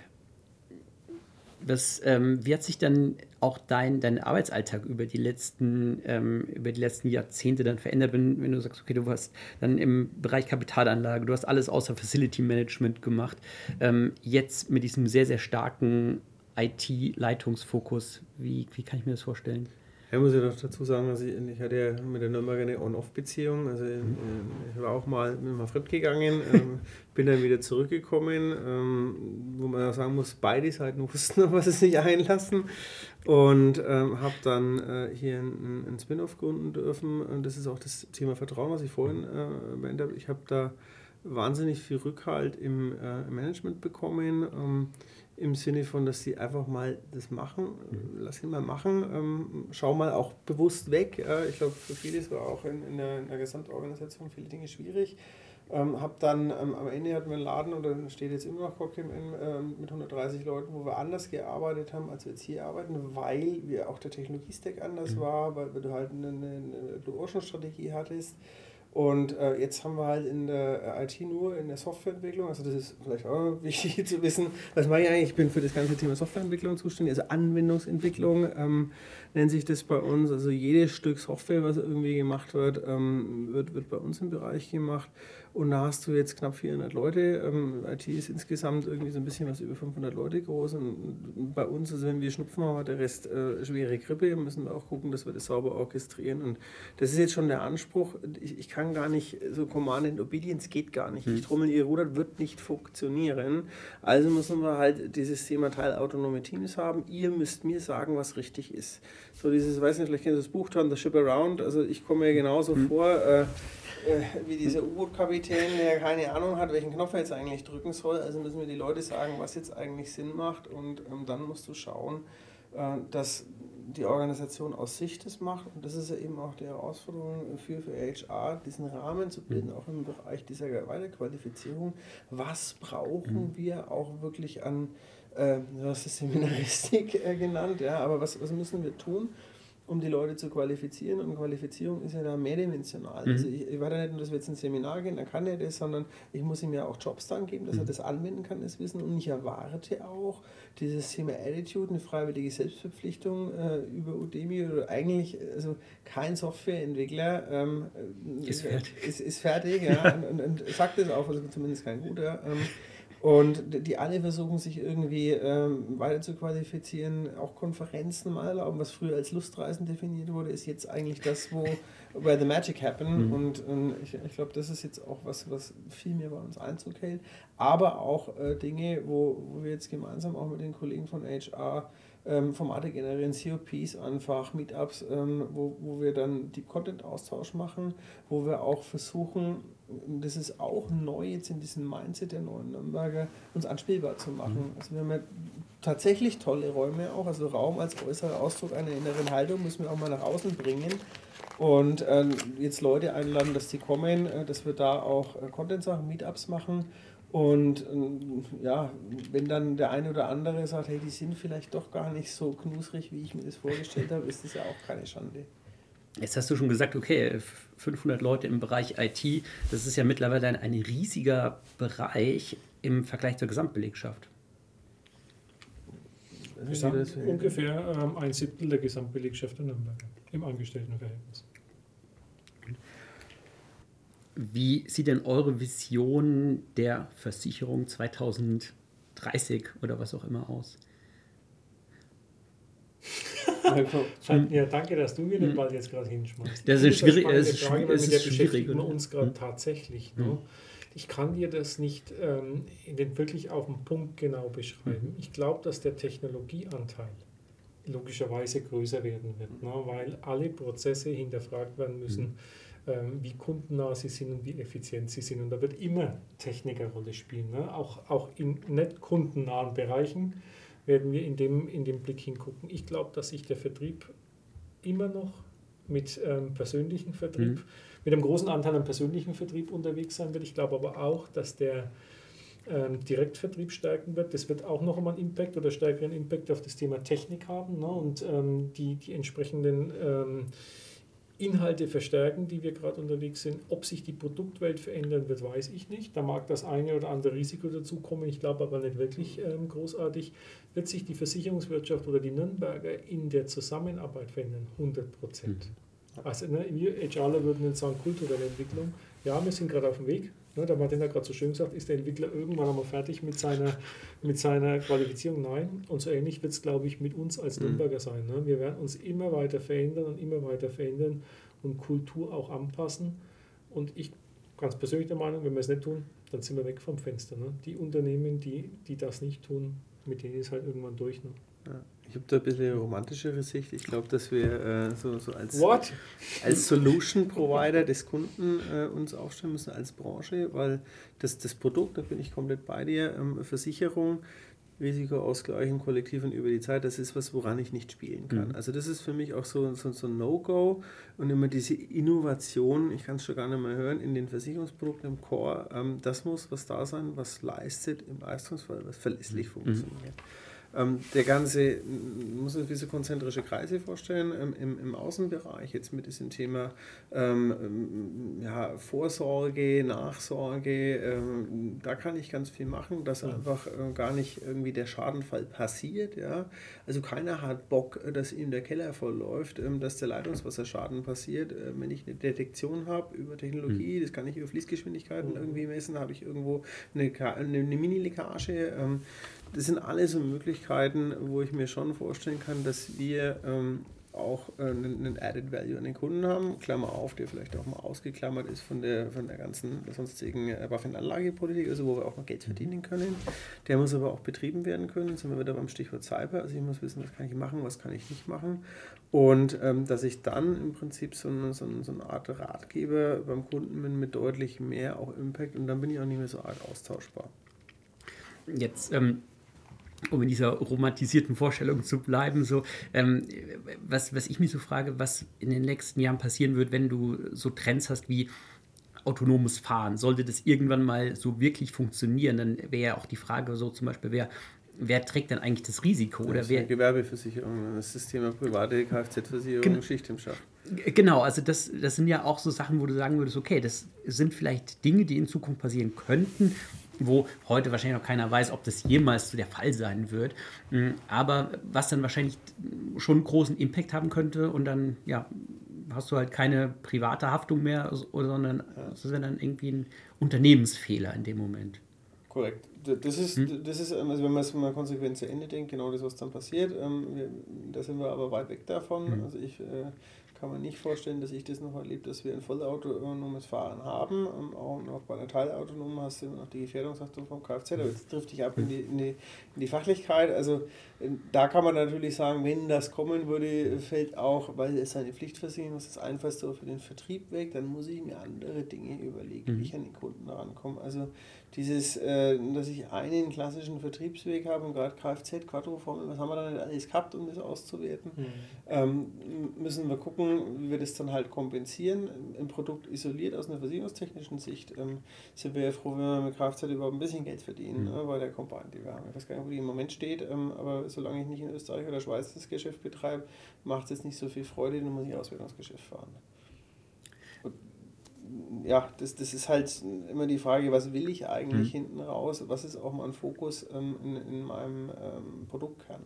Das, ähm, wie hat sich dann auch dein, dein Arbeitsalltag über die letzten, ähm, über die letzten Jahrzehnte dann verändert, wenn, wenn du sagst, okay, du warst dann im Bereich Kapitalanlage, du hast alles außer Facility Management gemacht, ähm, jetzt mit diesem sehr, sehr starken I T-Leitungsfokus, wie, wie kann ich mir das vorstellen? Ich muss ja noch dazu sagen, also ich, ich hatte ja mit der Nürnberger eine On-Off-Beziehung, also mhm. ich war auch mal mit mal fremdgegangen, ähm, bin dann wieder zurückgekommen, ähm, wo man sagen muss, beide Seiten wussten, auf was sie sich einlassen, und ähm, habe dann äh, hier einen, einen Spin-off gründen dürfen, und das ist auch das Thema Vertrauen, was ich vorhin äh, erwähnt habe. Ich habe da wahnsinnig viel Rückhalt im äh, Management bekommen, ähm, im Sinne von, dass sie einfach mal das machen, lass ihn mal machen, ähm, schau mal auch bewusst weg. Äh, ich glaube, für viele war auch in, in, der, in der Gesamtorganisation viele Dinge schwierig. Ähm, hab dann ähm, am Ende hatten wir einen Laden, oder steht jetzt immer noch Cockim ähm, mit hundertdreißig Leuten, wo wir anders gearbeitet haben, als wir jetzt hier arbeiten, weil wir auch der Technologie-Stack anders mhm. war, weil, weil du halt eine, eine Blue Ocean Strategie hattest. Und äh, jetzt haben wir halt in der I T nur in der Softwareentwicklung, also das ist vielleicht auch wichtig zu wissen, was mache ich eigentlich? Ich bin für das ganze Thema Softwareentwicklung zuständig, also Anwendungsentwicklung ähm, nennt sich das bei uns. Also jedes Stück Software, was irgendwie gemacht wird, ähm, wird, wird bei uns im Bereich gemacht. Und da hast du jetzt knapp vierhundert Leute. Ähm, I T ist insgesamt irgendwie so ein bisschen was über fünfhundert Leute groß. Und bei uns, also wenn wir Schnupfen haben, hat der Rest äh, schwere Grippe. Müssen wir auch gucken, dass wir das sauber orchestrieren. Und das ist jetzt schon der Anspruch. Ich, ich kann gar nicht, so Command and Obedience geht gar nicht. Ich trommel, ihr rudert, wird nicht funktionieren. Also müssen wir halt dieses Thema teilautonome Teams haben. Ihr müsst mir sagen, was richtig ist. So dieses, ich weiß nicht, vielleicht kennt ihr das Buch dran, The Ship Around. Also ich komme mir genauso mhm. vor, äh, wie dieser U-Boot-Kapitän, der keine Ahnung hat, welchen Knopf er jetzt eigentlich drücken soll. Also müssen wir die Leute sagen, was jetzt eigentlich Sinn macht, und ähm, dann musst du schauen, äh, dass die Organisation aus sich das macht, und das ist ja eben auch die Herausforderung für, für H R, diesen Rahmen zu bilden, auch im Bereich dieser Weiterqualifizierung. Was brauchen wir auch wirklich an, äh, du hast es Seminaristik äh, genannt, ja, aber was, was müssen wir tun, um die Leute zu qualifizieren? Und Qualifizierung ist ja da mehrdimensional. Mhm. Also ich, ich warte nicht nur, dass wir jetzt ins Seminar gehen, dann kann er das, sondern ich muss ihm ja auch Jobs dann geben, dass mhm. er das anwenden kann, das Wissen. Und ich erwarte auch dieses Thema Attitude, eine freiwillige Selbstverpflichtung äh, über Udemy, oder eigentlich, also kein Softwareentwickler ähm, ist fertig, ist, ist fertig ja, und, und, und sagt das auch, also zumindest kein guter. Ähm, Und die alle versuchen, sich irgendwie ähm, weiter zu qualifizieren, auch Konferenzen mal erlauben, was früher als Lustreisen definiert wurde, ist jetzt eigentlich das, wo where the magic happen. Mhm. Und, und ich, ich glaube, das ist jetzt auch was, was viel mehr bei uns Einzug hält. Aber auch äh, Dinge, wo, wo wir jetzt gemeinsam auch mit den Kollegen von H R ähm, Formate generieren, C O Ps einfach, Meetups, ähm, wo, wo wir dann die Content-Austausch machen, wo wir auch versuchen, das ist auch neu jetzt in diesem Mindset der neuen Nürnberger, uns anspielbar zu machen. Also wir haben ja tatsächlich tolle Räume auch, also Raum als äußerer Ausdruck einer inneren Haltung müssen wir auch mal nach außen bringen. Und äh, jetzt Leute einladen, dass die kommen, äh, dass wir da auch äh, Content-Sachen, Meetups machen. Und äh, ja, wenn dann der eine oder andere sagt, hey, die sind vielleicht doch gar nicht so knusrig, wie ich mir das vorgestellt habe, ist das ja auch keine Schande. Jetzt hast du schon gesagt, okay, fünfhundert Leute im Bereich I T, das ist ja mittlerweile ein, ein riesiger Bereich im Vergleich zur Gesamtbelegschaft. Gesamt, ungefähr ähm, ein Siebtel der Gesamtbelegschaft in Nürnberg im Angestelltenverhältnis. Wie sieht denn eure Vision der Versicherung zwanzig dreißig oder was auch immer aus? Ja, danke, dass du mir den Ball jetzt gerade hinschmeißt. Das ist schwierig, das ist Frage, weil mit der beschäftigen wir uns gerade mhm. tatsächlich. Ne? Ich kann dir das nicht ähm, in den wirklich auf den Punkt genau beschreiben. Ich glaube, dass der Technologieanteil logischerweise größer werden wird, ne? Weil alle Prozesse hinterfragt werden müssen, ähm, wie kundennah sie sind und wie effizient sie sind. Und da wird immer Technik eine Rolle spielen. Ne? Auch, auch in nicht kundennahen Bereichen werden wir in dem, in dem Blick hingucken. Ich glaube, dass sich der Vertrieb immer noch mit ähm, persönlichem Vertrieb, mhm. mit einem großen Anteil an persönlichem Vertrieb unterwegs sein wird. Ich glaube aber auch, dass der ähm, Direktvertrieb stärken wird. Das wird auch noch einmal einen Impact oder stärkeren Impact auf das Thema Technik haben, ne? Und ähm, die, die entsprechenden ähm, Inhalte verstärken, die wir gerade unterwegs sind. Ob sich die Produktwelt verändern wird, weiß ich nicht. Da mag das eine oder andere Risiko dazukommen. Ich glaube aber nicht wirklich ähm, großartig. Wird sich die Versicherungswirtschaft oder die Nürnberger in der Zusammenarbeit verändern? hundert Prozent. Also ne, wir HRler würden jetzt sagen, kulturelle Entwicklung. Ja, wir sind gerade auf dem Weg. Ne, der Martin hat gerade so schön gesagt, ist der Entwickler irgendwann einmal fertig mit seiner, mit seiner Qualifizierung? Nein. Und so ähnlich wird es, glaube ich, mit uns als Nürnberger sein. Ne? Wir werden uns immer weiter verändern und immer weiter verändern und Kultur auch anpassen. Und ich ganz persönlich der Meinung, wenn wir es nicht tun, dann sind wir weg vom Fenster. Ne? Die Unternehmen, die, die das nicht tun, mit denen ist halt irgendwann durch. Ne? Ja, ich habe da ein bisschen eine romantischere Sicht. Ich glaube, dass wir äh, so, so als, What? als Solution Provider des Kunden äh, uns aufstellen müssen als Branche, weil das, das Produkt, da bin ich komplett bei dir, ähm, Versicherung, Risikoausgleich und Kollektiven über die Zeit, das ist was, woran ich nicht spielen kann. Mhm. Also das ist für mich auch so, so, so ein No-Go und immer diese Innovation, ich kann es schon gar nicht mehr hören, in den Versicherungsprodukten im Core, ähm, das muss was da sein, was leistet im Leistungsfall, was verlässlich mhm. funktioniert. Ähm, der ganze, man muss sich diese konzentrische Kreise vorstellen, ähm, im, im Außenbereich, jetzt mit diesem Thema ähm, ja, Vorsorge, Nachsorge, ähm, da kann ich ganz viel machen, dass ja. einfach äh, gar nicht irgendwie der Schadenfall passiert. Ja? Also keiner hat Bock, dass ihm der Keller voll läuft, ähm, dass der Leitungswasserschaden passiert. Äh, wenn ich eine Detektion habe über Technologie, mhm. das kann ich über Fließgeschwindigkeiten mhm. irgendwie messen, habe ich irgendwo eine, eine, eine Mini-Leckage. Ähm, Das sind alles so Möglichkeiten, wo ich mir schon vorstellen kann, dass wir ähm, auch äh, einen Added Value an den Kunden haben. Klammer auf, der vielleicht auch mal ausgeklammert ist von der, von der ganzen sonstigen äh, Waffenanlagepolitik, also wo wir auch noch Geld verdienen können. Der muss aber auch betrieben werden können. Jetzt sind wir wieder beim Stichwort Cyber. Also ich muss wissen, was kann ich machen, was kann ich nicht machen. Und ähm, dass ich dann im Prinzip so eine, so, eine, so eine Art Ratgeber beim Kunden bin mit deutlich mehr auch Impact und dann bin ich auch nicht mehr so arg austauschbar. Jetzt ähm um in dieser romantisierten Vorstellung zu bleiben, so, ähm, was, was ich mich so frage, was in den nächsten Jahren passieren wird, wenn du so Trends hast wie autonomes Fahren. Sollte das irgendwann mal so wirklich funktionieren, dann wäre ja auch die Frage so zum Beispiel, wer, wer trägt dann eigentlich das Risiko? Oder das wer, Gewerbeversicherung, das ist das Thema private Kfz-Versicherung, genau, Schicht im Schacht. Genau, also das, das sind ja auch so Sachen, wo du sagen würdest, okay, das sind vielleicht Dinge, die in Zukunft passieren könnten, wo heute wahrscheinlich noch keiner weiß, ob das jemals so der Fall sein wird, aber was dann wahrscheinlich schon einen großen Impact haben könnte und dann ja, hast du halt keine private Haftung mehr, sondern das ist dann irgendwie ein Unternehmensfehler in dem Moment. Korrekt. Das ist, hm? das ist also wenn man es mal konsequent zu Ende denkt, genau das, was dann passiert. Ähm, wir, da sind wir aber weit weg davon. Hm. Also ich äh, kann man nicht vorstellen, dass ich das noch erlebe, dass wir ein vollautonomes Fahren haben. Auch noch bei einer Teilautonomen hast du immer noch die Gefährdungsachtung vom Kfz, aber jetzt trifft dich ab in die, in, die, in die Fachlichkeit. Also da kann man natürlich sagen, wenn das kommen würde, fällt auch, weil es eine Pflichtversicherung ist, das Einfallstor für den Vertrieb weg, dann muss ich mir andere Dinge überlegen, wie mhm. ich an den Kunden rankomme. Also dieses, äh, dass ich einen klassischen Vertriebsweg habe und gerade Kfz, Quattro-Formel, was haben wir da nicht alles gehabt, um das auszuwerten, mhm. ähm, müssen wir gucken, wie wir das dann halt kompensieren. Im Produkt isoliert aus einer versicherungstechnischen Sicht ähm, sind wir ja froh, wenn wir mit Kfz überhaupt ein bisschen Geld verdienen, mhm. ne, bei der Kampagne, die wir haben. Ich weiß gar nicht, wo die im Moment steht, ähm, aber solange ich nicht in Österreich oder Schweiz das Geschäft betreibe, macht es jetzt nicht so viel Freude, dann muss ich Auswertungsgeschäft fahren. Und ja, das, das ist halt immer die Frage, was will ich eigentlich mhm. hinten raus, was ist auch mein Fokus ähm, in, in meinem ähm, Produktkern.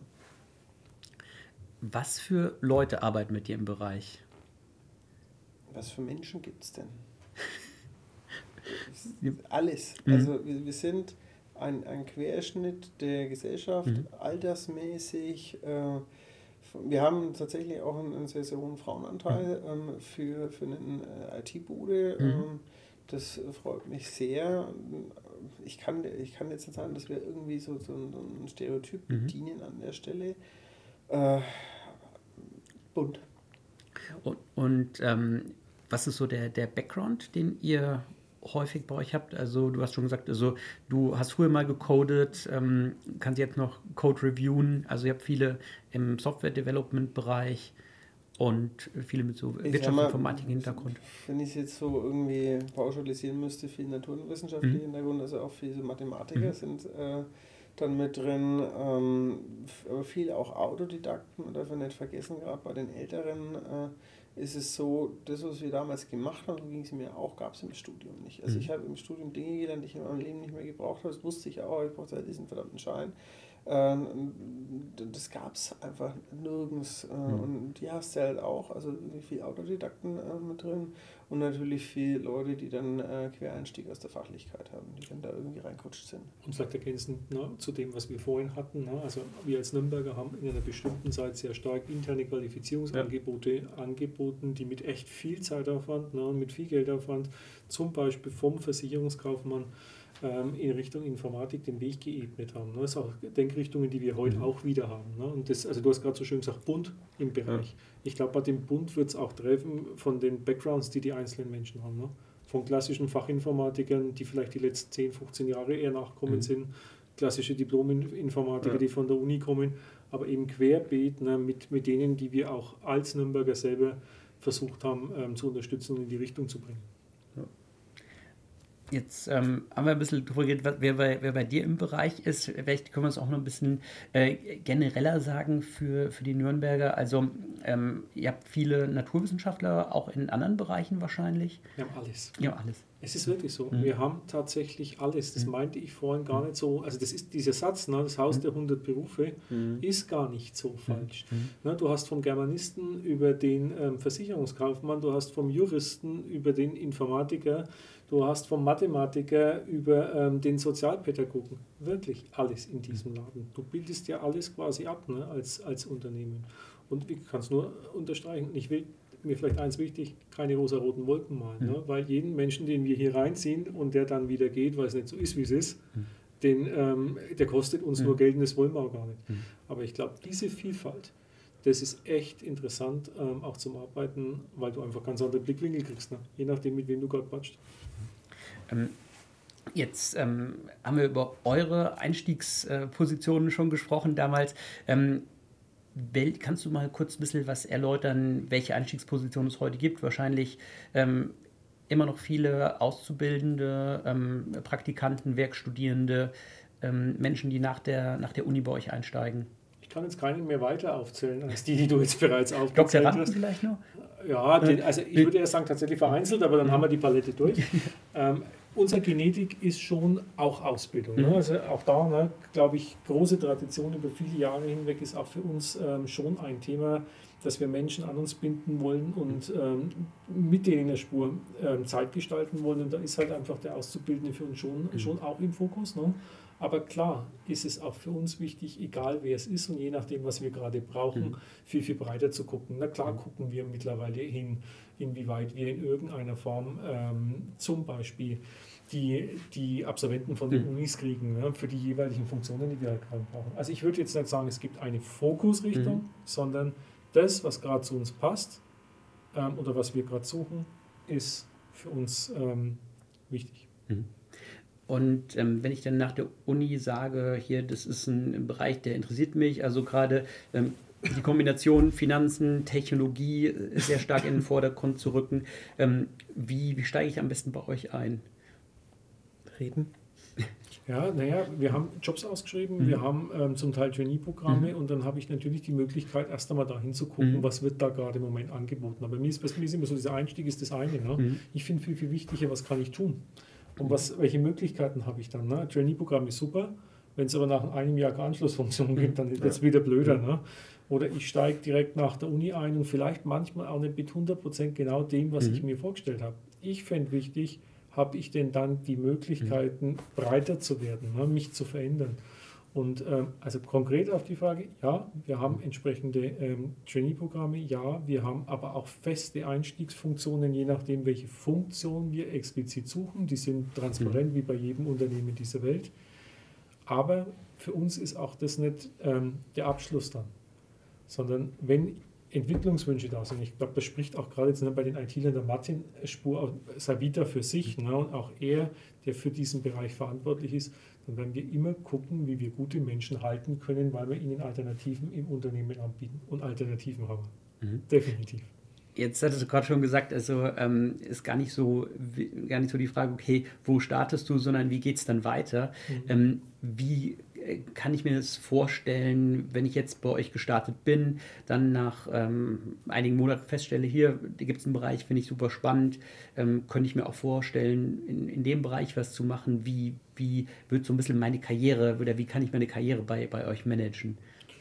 Was für Leute arbeiten mit dir im Bereich? Was für Menschen gibt es denn? Alles. Mhm. Also wir, wir sind ein, ein Querschnitt der Gesellschaft, mhm. altersmäßig. Äh, wir haben tatsächlich auch einen, einen sehr, sehr hohen Frauenanteil mhm. ähm, für, für eine äh, I T-Bude. Mhm. Ähm, das freut mich sehr. Ich kann, ich kann jetzt nicht sagen, dass wir irgendwie so, so ein Stereotyp mhm. bedienen an der Stelle. Äh, bunt. Und, und ähm, was ist so der, der Background, den ihr häufig bei euch habt? Also du hast schon gesagt, also du hast früher mal gecodet, ähm, kannst jetzt noch Code reviewen, also ihr habt viele im Software-Development-Bereich und viele mit so Wirtschaftsinformatik-Hintergrund. Wenn ich es jetzt so irgendwie pauschalisieren müsste, viel naturwissenschaftlichen mhm. Hintergrund, also auch viele Mathematiker mhm. sind äh, dann mit drin, ähm, aber viel auch Autodidakten, man darf ja nicht vergessen, gerade bei den Älteren äh, ist es so, das, was wir damals gemacht haben, so ging es mir auch, gab es im Studium nicht. Also mhm. ich habe im Studium Dinge gelernt, die ich in meinem Leben nicht mehr gebraucht habe, das wusste ich auch, ich brauchte halt diesen verdammten Schein. Ähm, das gab es einfach nirgends äh, mhm. und die hast du halt auch, also viel Autodidakten äh, mit drin und natürlich viele Leute, die dann äh, Quereinstieg aus der Fachlichkeit haben, die dann da irgendwie reingerutscht sind. Und vielleicht ergänzend ne, zu dem, was wir vorhin hatten, ne, also wir als Nürnberger haben in einer bestimmten Zeit sehr stark interne Qualifizierungsangebote ja. angeboten, die mit echt viel Zeitaufwand, ne, mit viel Geldaufwand, zum Beispiel vom Versicherungskaufmann in Richtung Informatik den Weg geebnet haben. Das sind auch Denkrichtungen, die wir heute mhm. auch wieder haben. Und das, also du hast gerade so schön gesagt, bunt im Bereich. Ja. Ich glaube, bei dem Bunt wird es auch treffen von den Backgrounds, die die einzelnen Menschen haben. Von klassischen Fachinformatikern, die vielleicht die letzten zehn, fünfzehn Jahre eher nachkommen mhm. sind, klassische Diplom-Informatiker, ja. die von der Uni kommen, aber eben querbeet ne, mit, mit denen, die wir auch als Nürnberger selber versucht haben ähm, zu unterstützen und in die Richtung zu bringen. Jetzt ähm, haben wir ein bisschen drüber geredet, wer bei, wer bei dir im Bereich ist. Vielleicht können wir es auch noch ein bisschen äh, genereller sagen für, für die Nürnberger. Also ähm, ihr habt viele Naturwissenschaftler, auch in anderen Bereichen wahrscheinlich. Wir haben alles. Ja, alles. Es ist wirklich so. Mhm. Wir haben tatsächlich alles. Das mhm. meinte ich vorhin gar nicht so. Also das ist dieser Satz, ne, das Haus mhm. der hundert Berufe, mhm. ist gar nicht so falsch. Mhm. Ne, du hast vom Germanisten über den ähm, Versicherungskaufmann, du hast vom Juristen über den Informatiker, du hast vom Mathematiker über ähm, den Sozialpädagogen. Wirklich alles in diesem Laden. Du bildest ja alles quasi ab, ne, als, als Unternehmen. Und ich kann es nur unterstreichen. Ich will mir vielleicht eins wichtig, keine rosa-roten Wolken malen. Mhm. Ne? Weil jeden Menschen, den wir hier reinziehen und der dann wieder geht, weil es nicht so ist, wie es ist, mhm. den, ähm, der kostet uns mhm. nur Geld und das wollen wir auch gar nicht. Mhm. Aber ich glaube, diese Vielfalt, das ist echt interessant, ähm, auch zum Arbeiten, weil du einfach ganz andere Blickwinkel kriegst, ne? Je nachdem, mit wem du gerade quatscht. Ähm, jetzt ähm, haben wir über eure Einstiegspositionen schon gesprochen damals. Ähm, Kannst du mal kurz ein bisschen was erläutern, welche Einstiegspositionen es heute gibt? Wahrscheinlich ähm, immer noch viele Auszubildende, ähm, Praktikanten, Werkstudierende, ähm, Menschen, die nach der, nach der Uni bei euch einsteigen. Ich kann jetzt keine mehr weiter aufzählen, als die, die du jetzt bereits aufgezählt hast. Doktoranden vielleicht noch? Ja, den, also ich würde erst sagen, tatsächlich vereinzelt, aber dann mhm. haben wir die Palette durch. ähm, Unsere Genetik ist schon auch Ausbildung. Mhm. Ne? Also auch da, ne, glaube ich, große Tradition über viele Jahre hinweg ist auch für uns ähm, schon ein Thema, dass wir Menschen an uns binden wollen und ähm, mit denen in der Spur ähm, Zeit gestalten wollen. Und da ist halt einfach der Auszubildende für uns schon, mhm. schon auch im Fokus. Ne? Aber klar ist es auch für uns wichtig, egal wer es ist und je nachdem, was wir gerade brauchen, mhm. viel, viel breiter zu gucken. Na klar gucken wir mittlerweile hin, inwieweit wir in irgendeiner Form ähm, zum Beispiel die, die Absolventen von den mhm. Unis kriegen, ne, für die jeweiligen Funktionen, die wir halt gerade brauchen. Also ich würde jetzt nicht sagen, es gibt eine Fokusrichtung, mhm. sondern das, was gerade zu uns passt ähm, oder was wir gerade suchen, ist für uns ähm, wichtig. Mhm. Und ähm, wenn ich dann nach der Uni sage, hier, das ist ein Bereich, der interessiert mich, also gerade ähm, die Kombination Finanzen, Technologie ist sehr stark in den Vordergrund zu rücken. Ähm, wie, wie steige ich am besten bei euch ein? Reden? Ja, naja, wir haben Jobs ausgeschrieben, mhm. wir haben ähm, zum Teil Trainee-Programme mhm. und dann habe ich natürlich die Möglichkeit, erst einmal da hinzugucken, mhm. was wird da gerade im Moment angeboten. Aber mir ist, mir ist immer so, dieser Einstieg ist das eine. Ne? Mhm. Ich finde viel, viel wichtiger, was kann ich tun? Und was, welche Möglichkeiten habe ich dann? Ne? Trainee-Programm ist super, wenn es aber nach einem Jahr keine Anschlussfunktion gibt, dann wird es ja. wieder blöder. Ne? Oder ich steige direkt nach der Uni ein und vielleicht manchmal auch nicht mit hundert Prozent genau dem, was mhm. ich mir vorgestellt habe. Ich fände wichtig, habe ich denn dann die Möglichkeiten, breiter zu werden, ne, mich zu verändern. Und ähm, also konkret auf die Frage, ja, wir haben entsprechende ähm, Trainee-Programme, ja, wir haben aber auch feste Einstiegsfunktionen, je nachdem, welche Funktion wir explizit suchen. Die sind transparent, mhm. wie bei jedem Unternehmen dieser Welt. Aber für uns ist auch das nicht ähm, der Abschluss dann, sondern wenn Entwicklungswünsche da sind. Ich glaube, das spricht auch gerade jetzt ne, bei den I T-Lern der Martin Spur, Savita für sich ne, und auch er, der für diesen Bereich verantwortlich ist, dann werden wir immer gucken, wie wir gute Menschen halten können, weil wir ihnen Alternativen im Unternehmen anbieten und Alternativen haben. Mhm. Definitiv. Jetzt hattest du gerade schon gesagt, also ähm, ist gar nicht so gar nicht so die Frage, okay, wo startest du, sondern wie geht es dann weiter? Mhm. Ähm, wie kann ich mir das vorstellen, wenn ich jetzt bei euch gestartet bin, dann nach ähm, einigen Monaten feststelle, hier gibt es einen Bereich, finde ich super spannend, ähm, könnte ich mir auch vorstellen, in, in dem Bereich was zu machen, wie, wie wird so ein bisschen meine Karriere oder wie kann ich meine Karriere bei, bei euch managen?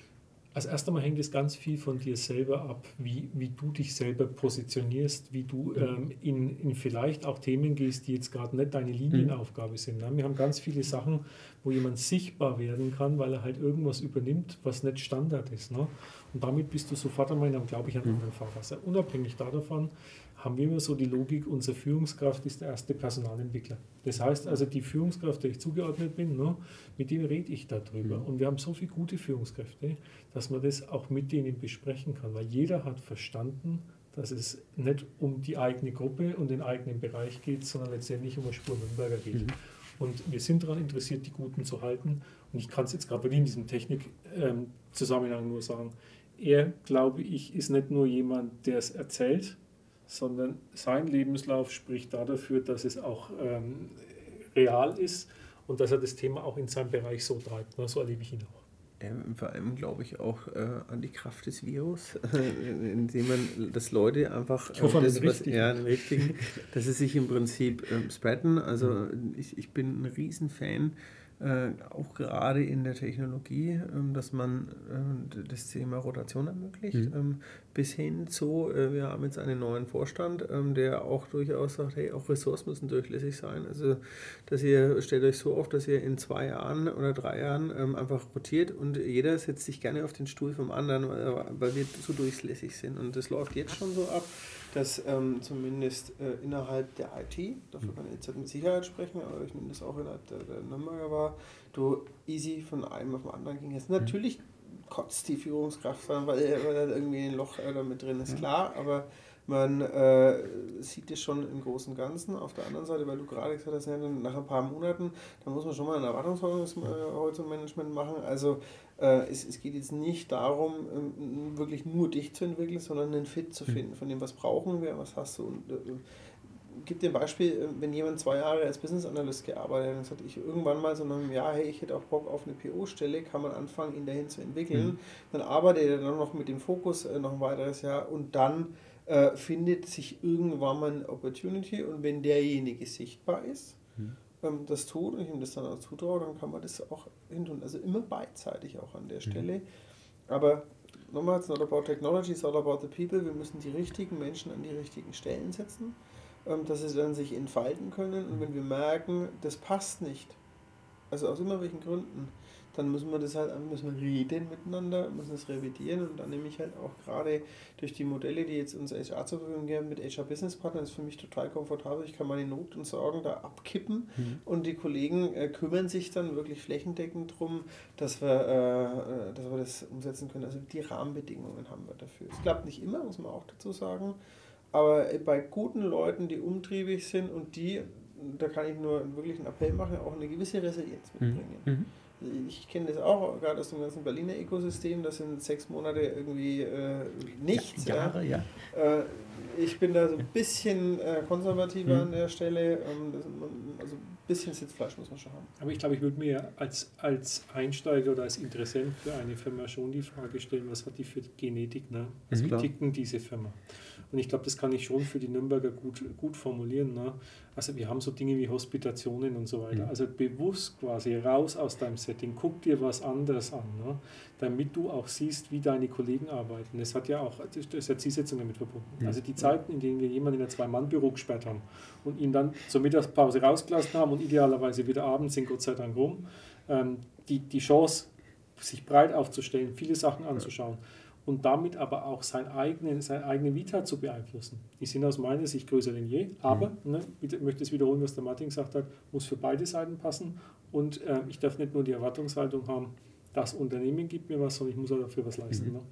Als erstes Mal hängt es ganz viel von dir selber ab, wie, wie du dich selber positionierst, wie du ähm, in, in vielleicht auch Themen gehst, die jetzt gerade nicht deine Linienaufgabe sind. Ne? Wir haben ganz viele Sachen, wo jemand sichtbar werden kann, weil er halt irgendwas übernimmt, was nicht Standard ist. Ne? Und damit bist du sofort einmal, glaube ich, an einem anderen Fahrwasser. Unabhängig davon haben wir immer so die Logik, unsere Führungskraft ist der erste Personalentwickler. Das heißt also, die Führungskraft, der ich zugeordnet bin, ne, mit dem rede ich darüber. Mhm. Und wir haben so viele gute Führungskräfte, dass man das auch mit denen besprechen kann. Weil jeder hat verstanden, dass es nicht um die eigene Gruppe und den eigenen Bereich geht, sondern letztendlich um eine Spur Nürnberger geht. Mhm. Und wir sind daran interessiert, die Guten zu halten. Und ich kann es jetzt gerade in diesem Technik-Zusammenhang nur sagen, er, glaube ich, ist nicht nur jemand, der es erzählt, sondern sein Lebenslauf spricht da dafür, dass es auch ähm, real ist und dass er das Thema auch in seinem Bereich so treibt. Ne? So erlebe ich ihn auch. Ähm, vor allem glaube ich auch äh, an die Kraft des Virus, äh, indem man, dass Leute einfach, ich hoffe, äh, das, was, ja, den richtigen, dass sie sich im Prinzip äh, spreaden. Also mhm. ich, ich bin ein Riesenfan, äh, auch gerade in der Technologie, äh, dass man äh, das Thema Rotation ermöglicht, mhm. ähm, bis hin zu, äh, wir haben jetzt einen neuen Vorstand, ähm, der auch durchaus sagt, hey, auch Ressourcen müssen durchlässig sein. Also, dass ihr, stellt euch so auf, dass ihr in zwei Jahren oder drei Jahren ähm, einfach rotiert und jeder setzt sich gerne auf den Stuhl vom anderen, weil, weil wir so durchlässig sind. Und das läuft jetzt schon so ab, dass ähm, zumindest äh, innerhalb der I T, dafür kann ich jetzt mit Sicherheit sprechen, aber ich nehme das auch innerhalb der, der Nürnberger war, du easy von einem auf den anderen ging. Jetzt natürlich kotzt die Führungskraft sein, weil er irgendwie ein Loch äh, da mit drin ist, klar, aber man äh, sieht es schon im Großen und Ganzen. Auf der anderen Seite, weil du gerade gesagt hast, ja, nach ein paar Monaten, da muss man schon mal ein Erwartungsmanagement machen. Also äh, es, es geht jetzt nicht darum, ähm, wirklich nur dich zu entwickeln, sondern einen Fit zu finden, von dem, was brauchen wir, was hast du. Und, äh, gib dir ein Beispiel, wenn jemand zwei Jahre als Business Analyst gearbeitet hat und sagt, ich irgendwann mal so nach einem Jahr, hey, ich hätte auch Bock auf eine P O-Stelle, kann man anfangen, ihn dahin zu entwickeln. Mhm. Dann arbeitet er dann noch mit dem Fokus äh, noch ein weiteres Jahr und dann äh, findet sich irgendwann mal eine Opportunity und wenn derjenige sichtbar ist, mhm. ähm, das tut und ich ihm das dann auch zutraue, dann kann man das auch hin tun. Also immer beidseitig auch an der Stelle. Mhm. Aber nochmal, it's not about technology, it's all about the people. Wir müssen die richtigen Menschen an die richtigen Stellen setzen, dass sie dann sich entfalten können und wenn wir merken, das passt nicht, also aus immer welchen Gründen, dann müssen wir das halt, müssen wir reden miteinander, müssen es revidieren und dann nehme ich halt auch gerade durch die Modelle, die jetzt uns H R zur Verfügung geben, mit H R Business Partner, ist für mich total komfortabel. Ich kann meine Not und Sorgen da abkippen mhm. und die Kollegen äh, kümmern sich dann wirklich flächendeckend drum, dass wir, äh, dass wir das umsetzen können. Also die Rahmenbedingungen haben wir dafür. Es klappt nicht immer, muss man auch dazu sagen, aber bei guten Leuten, die umtriebig sind und die, da kann ich nur wirklich einen Appell machen, auch eine gewisse Resilienz mitbringen. Mhm. Ich kenne das auch, gerade aus dem ganzen Berliner Ökosystem, das sind sechs Monate irgendwie äh, nichts. Ja, Jahre, ja. ja. Äh, ich bin da so ein bisschen äh, konservativer mhm. an der Stelle. Ähm, das, also ein bisschen Sitzfleisch muss man schon haben. Aber ich glaube, ich würde mir als, als Einsteiger oder als Interessent für eine Firma schon die Frage stellen, was hat die für Genetik, ne? Was mhm. tickt denn diese Firma? Und ich glaube, das kann ich schon für die Nürnberger gut, gut formulieren. Ne? Also wir haben so Dinge wie Hospitationen und so weiter. Mhm. Also bewusst quasi raus aus deinem Setting, guck dir was anderes an, ne? Damit du auch siehst, wie deine Kollegen arbeiten. Das hat ja auch, das ist ja Zielsetzung damit verbunden. Mhm. Also die Zeiten, in denen wir jemanden in ein Zwei-Mann-Büro gesperrt haben und ihn dann zur Mittagspause rausgelassen haben und idealerweise wieder abends sind Gott sei Dank rum, ähm, die, die Chance, sich breit aufzustellen, viele Sachen anzuschauen, und damit aber auch sein eigene, seine eigene Vita zu beeinflussen. Die sind aus meiner Sicht größer denn je, aber, mhm. ne, ich möchte es wiederholen, was der Martin gesagt hat, muss für beide Seiten passen und äh, ich darf nicht nur die Erwartungshaltung haben, das Unternehmen gibt mir was, sondern ich muss auch dafür was leisten. Mhm. Ne?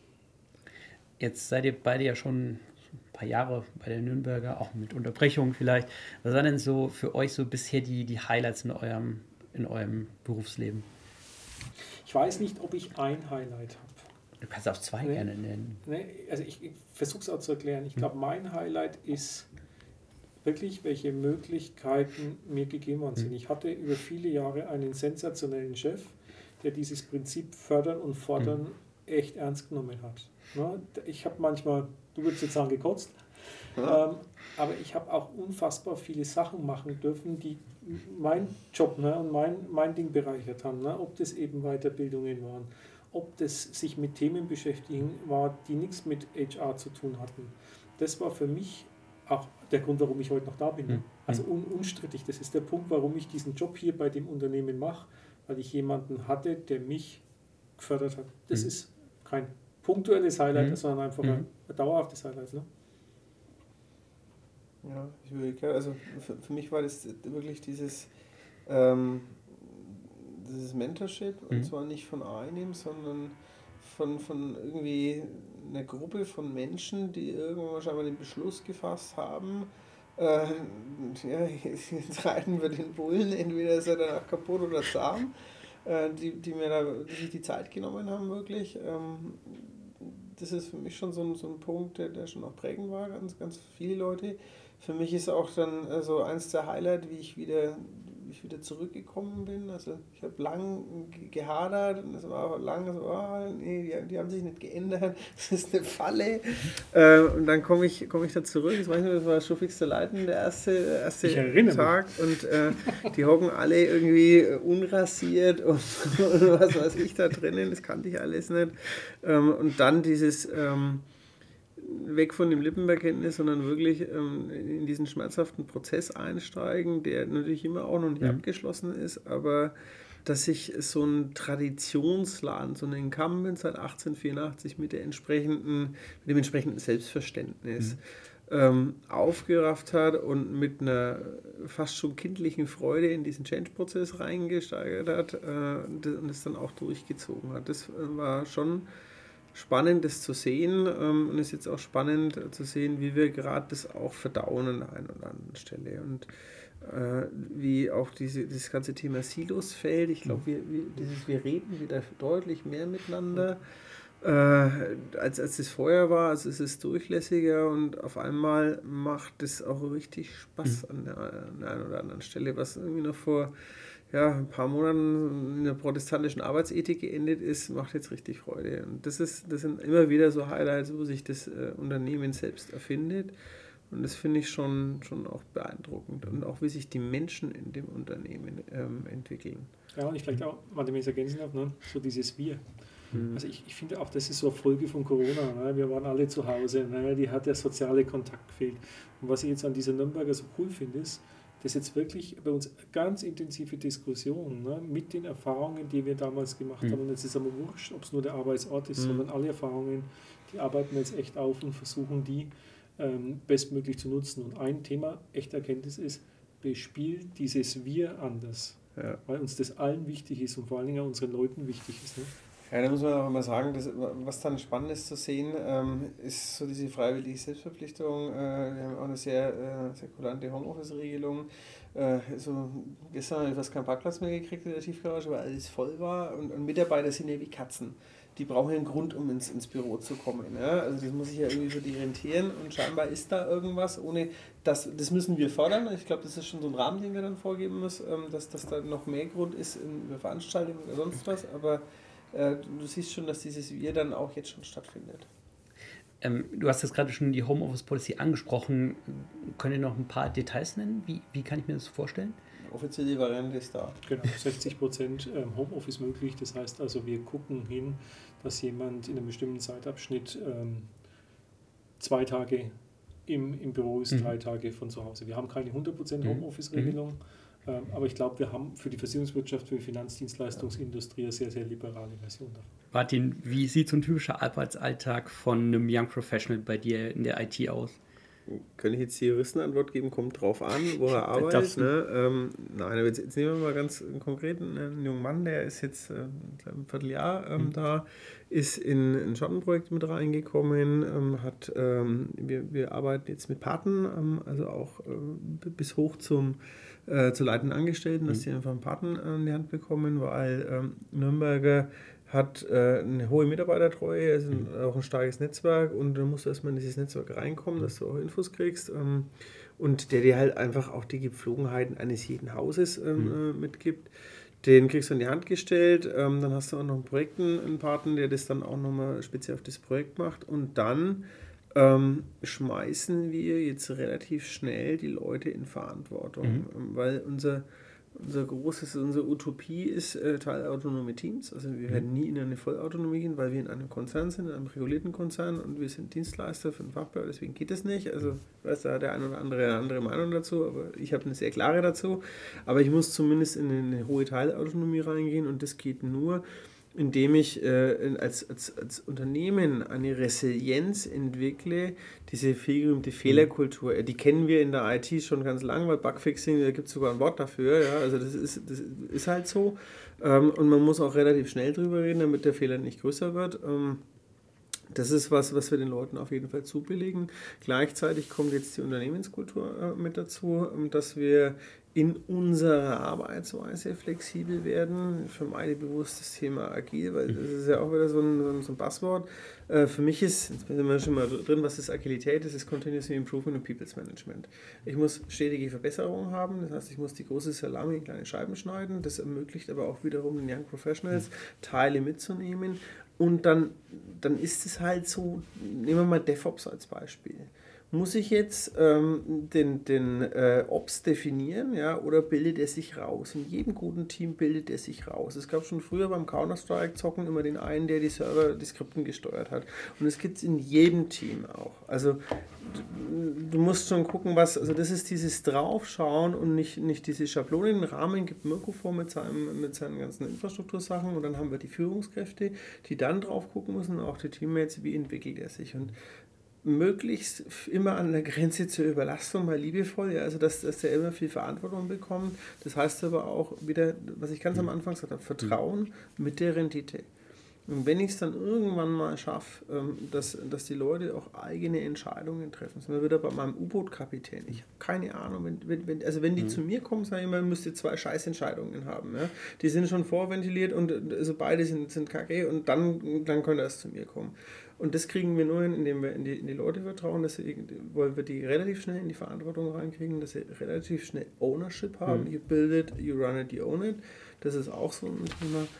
Jetzt seid ihr beide ja schon ein paar Jahre bei der Nürnberger, auch mit Unterbrechungen vielleicht. Was waren denn so für euch so bisher die, die Highlights in eurem, in eurem Berufsleben? Ich weiß nicht, ob ich ein Highlight habe. Du kannst auch zwei nee, gerne nennen. Nee, also ich, ich versuche es auch zu erklären. Ich glaube, mein Highlight ist wirklich, welche Möglichkeiten mir gegeben worden sind. Ich hatte über viele Jahre einen sensationellen Chef, der dieses Prinzip Fördern und Fordern echt ernst genommen hat. Ich habe manchmal, du würdest jetzt sagen, gekotzt, ja. ähm, aber ich habe auch unfassbar viele Sachen machen dürfen, die mein Job ne, und mein, mein Ding bereichert haben. Ne? Ob das eben Weiterbildungen waren, ob das sich mit Themen beschäftigen war, die nichts mit H R zu tun hatten. Das war für mich auch der Grund, warum ich heute noch da bin. Mhm. Also un- unstrittig. Das ist der Punkt, warum ich diesen Job hier bei dem Unternehmen mache, weil ich jemanden hatte, der mich gefördert hat. Das mhm. ist kein punktuelles Highlight, mhm. sondern einfach mhm. ein, ein dauerhaftes Highlight. Ne? Ja, ich würde, also für, für mich war das wirklich dieses ähm, dieses Mentorship, und mhm. zwar nicht von einem, sondern von, von irgendwie einer Gruppe von Menschen, die irgendwann wahrscheinlich den Beschluss gefasst haben, äh, ja, jetzt reiten wir den Bullen, entweder ist er danach kaputt oder zahm, äh, die, die mir da die sich die Zeit genommen haben, wirklich. Ähm, das ist für mich schon so ein, so ein Punkt, der, der schon auch prägend war, ganz, ganz viele Leute. Für mich ist auch dann äh, so eins der Highlights, wie ich wieder wie ich wieder zurückgekommen bin. Also ich habe lang gehadert und es war lang so, oh, nee, die, die haben sich nicht geändert, das ist eine Falle. äh, und dann komme ich, komm ich da zurück, das, weiß nicht, das war schon fix der Leiten, der erste, erste Tag mich. Und äh, die hocken alle irgendwie unrasiert und, und was weiß ich da drinnen, das kannte ich alles nicht. Ähm, und dann dieses ähm, weg von dem Lippenbekenntnis, sondern wirklich ähm, in diesen schmerzhaften Prozess einsteigen, der natürlich immer auch noch nicht mhm. abgeschlossen ist, aber dass sich so ein Traditionsladen, so ein Incumbent seit achtzehnhundertvierundachtzig mit der entsprechenden, mit dem entsprechenden Selbstverständnis mhm. ähm, aufgerafft hat und mit einer fast schon kindlichen Freude in diesen Change-Prozess reingesteigert hat äh, und es dann auch durchgezogen hat. Das war schon spannend, das zu sehen, ähm, und es ist jetzt auch spannend äh, zu sehen, wie wir gerade das auch verdauen an der einen oder anderen Stelle und äh, wie auch diese, dieses ganze Thema Silos fällt. Ich glaube, wir, wir, wir reden wieder deutlich mehr miteinander, äh, als, als es vorher war. Also es ist durchlässiger und auf einmal macht es auch richtig Spaß an der, an der einen oder anderen Stelle, was irgendwie noch vor ja, ein paar Monaten in der protestantischen Arbeitsethik geendet ist, macht jetzt richtig Freude. Und das ist, das sind immer wieder so Highlights, wo sich das äh, Unternehmen selbst erfindet. Und das finde ich schon, schon auch beeindruckend. Und auch, wie sich die Menschen in dem Unternehmen ähm, entwickeln. Ja, und ich vielleicht auch, wenn ich es ergänzen darf, ne? So dieses Wir. Mhm. Also ich, ich finde auch, das ist so eine Folge von Corona. Ne? Wir waren alle zu Hause, ne? Die hat der soziale Kontakt gefehlt. Und was ich jetzt an dieser Nürnberger so cool finde, ist, das ist jetzt wirklich bei uns ganz intensive Diskussion, ne, mit den Erfahrungen, die wir damals gemacht mhm. haben. Und jetzt ist aber wurscht, ob es nur der Arbeitsort ist, mhm. sondern alle Erfahrungen, die arbeiten wir jetzt echt auf und versuchen, die ähm, bestmöglich zu nutzen. Und ein Thema, echte Erkenntnis ist, bespielt dieses Wir anders, ja. weil uns das allen wichtig ist und vor allen Dingen auch unseren Leuten wichtig ist. Ne? Ja, da muss man auch immer sagen, dass, was dann spannend ist zu sehen, ähm, ist so diese freiwillige Selbstverpflichtung. Äh, wir haben auch eine sehr, äh, sehr kulante Homeoffice-Regelung. Äh, so, gestern habe ich fast keinen Parkplatz mehr gekriegt in der Tiefgarage, weil alles voll war. Und, und Mitarbeiter sind ja wie Katzen. Die brauchen einen Grund, um ins, ins Büro zu kommen. Ja? Also das muss sich ja irgendwie für die rentieren und scheinbar ist da irgendwas, ohne das, das müssen wir fördern. Ich glaube, das ist schon so ein Rahmen, den wir dann vorgeben müssen, ähm, dass, dass da noch mehr Grund ist in Veranstaltungen oder sonst was, aber du siehst schon, dass dieses Wir dann auch jetzt schon stattfindet. Ähm, du hast jetzt gerade schon die Homeoffice-Policy angesprochen. Könnt ihr noch ein paar Details nennen? Wie, wie kann ich mir das vorstellen? Die offizielle Variante ist da. Genau, sechzig Prozent Homeoffice möglich. Das heißt also, wir gucken hin, dass jemand in einem bestimmten Zeitabschnitt ähm, zwei Tage im, im Büro ist, mhm. drei Tage von zu Hause. Wir haben keine hundert Prozent Homeoffice-Regelung. Mhm. Aber ich glaube, wir haben für die Versicherungswirtschaft, für die Finanzdienstleistungsindustrie eine sehr, sehr liberale Version davon. Martin, wie sieht so ein typischer Arbeitsalltag von einem Young Professional bei dir in der I T aus? Kann ich jetzt die Juristenantwort geben? Kommt drauf an, wo er arbeitet. Ne? Ähm, nein, aber jetzt, jetzt nehmen wir mal ganz konkret einen jungen Mann, der ist jetzt äh, ein Vierteljahr ähm, mhm. da, ist in ein Schattenprojekt mit reingekommen, ähm, hat, ähm, wir, wir arbeiten jetzt mit Paten, ähm, also auch äh, bis hoch zum äh, zu leitenden Angestellten, dass mhm. die einfach einen Paten an die Hand bekommen, weil ähm, Nürnberger hat äh, eine hohe Mitarbeitertreue, also ein, auch ein starkes Netzwerk und dann musst du erstmal in dieses Netzwerk reinkommen, dass du auch Infos kriegst ähm, und der dir halt einfach auch die Gepflogenheiten eines jeden Hauses ähm, mhm. äh, mitgibt. Den kriegst du in die Hand gestellt, ähm, dann hast du auch noch einen Projekten, einen Partner, der das dann auch nochmal speziell auf das Projekt macht und dann ähm, schmeißen wir jetzt relativ schnell die Leute in Verantwortung, mhm. weil unser Unser großes, unsere Utopie ist äh, teilautonome Teams. Also wir werden nie in eine Vollautonomie gehen, weil wir in einem Konzern sind, in einem regulierten Konzern und wir sind Dienstleister für den Fachbereich, deswegen geht das nicht. Also ich weiß, da hat der eine oder andere eine andere Meinung dazu, aber ich habe eine sehr klare dazu. Aber ich muss zumindest in eine hohe Teilautonomie reingehen und das geht nur, indem ich äh, als, als, als Unternehmen eine Resilienz entwickle, diese vielgerühmte Fehlerkultur, die kennen wir in der I T schon ganz lange, weil Bugfixing, da gibt es sogar ein Wort dafür, ja, also das ist, das ist halt so ähm, und man muss auch relativ schnell drüber reden, damit der Fehler nicht größer wird. Ähm, Das ist was, was wir den Leuten auf jeden Fall zubilligen. Gleichzeitig kommt jetzt die Unternehmenskultur äh, mit dazu, dass wir in unserer Arbeitsweise flexibel werden. Ich vermeide bewusst das Thema agil, weil das ist ja auch wieder so ein, so ein Buzzword. Äh, für mich ist, jetzt sind wir schon mal drin, was ist Agilität? Das ist Continuous Improvement und People's Management. Ich muss stetige Verbesserungen haben, das heißt, ich muss die große Salami in kleine Scheiben schneiden. Das ermöglicht aber auch wiederum den Young Professionals, Teile mitzunehmen. Und dann, dann ist es halt so, nehmen wir mal DevOps als Beispiel. Muss ich jetzt ähm, den, den äh, Ops definieren, ja, oder bildet er sich raus? In jedem guten Team bildet er sich raus. Es gab schon früher beim Counter-Strike-Zocken immer den einen, der die Server, die Skripten gesteuert hat. Und es gibt es in jedem Team auch. Also du, du musst schon gucken, was, also das ist dieses Draufschauen und nicht, nicht diese Schablonen. Den Rahmen gibt Mirko vor mit, seinem, mit seinen ganzen Infrastruktursachen und dann haben wir die Führungskräfte, die dann drauf gucken müssen, auch die Teammates, wie entwickelt er sich. Und möglichst immer an der Grenze zur Überlastung, mal liebevoll, ja, also dass, dass der immer viel Verantwortung bekommt. Das heißt aber auch wieder, was ich ganz am Anfang gesagt habe, Vertrauen mit der Rendite. Und wenn ich es dann irgendwann mal schaffe, dass, dass die Leute auch eigene Entscheidungen treffen, sind wir wieder bei meinem U-Boot-Kapitän. Ich habe keine Ahnung, wenn, wenn, wenn, also wenn die mhm. zu mir kommen, sage ich immer, müsst ihr zwei Scheißentscheidungen haben. Ja? Die sind schon vorventiliert und also beide sind, sind kacke und dann, dann können erst zu mir kommen. Und das kriegen wir nur hin, indem wir in die, in die Leute vertrauen, dass sie, weil wir die relativ schnell in die Verantwortung reinkriegen, dass sie relativ schnell Ownership haben. Mhm. You build it, you run it, you own it. Das ist auch so ein Thema.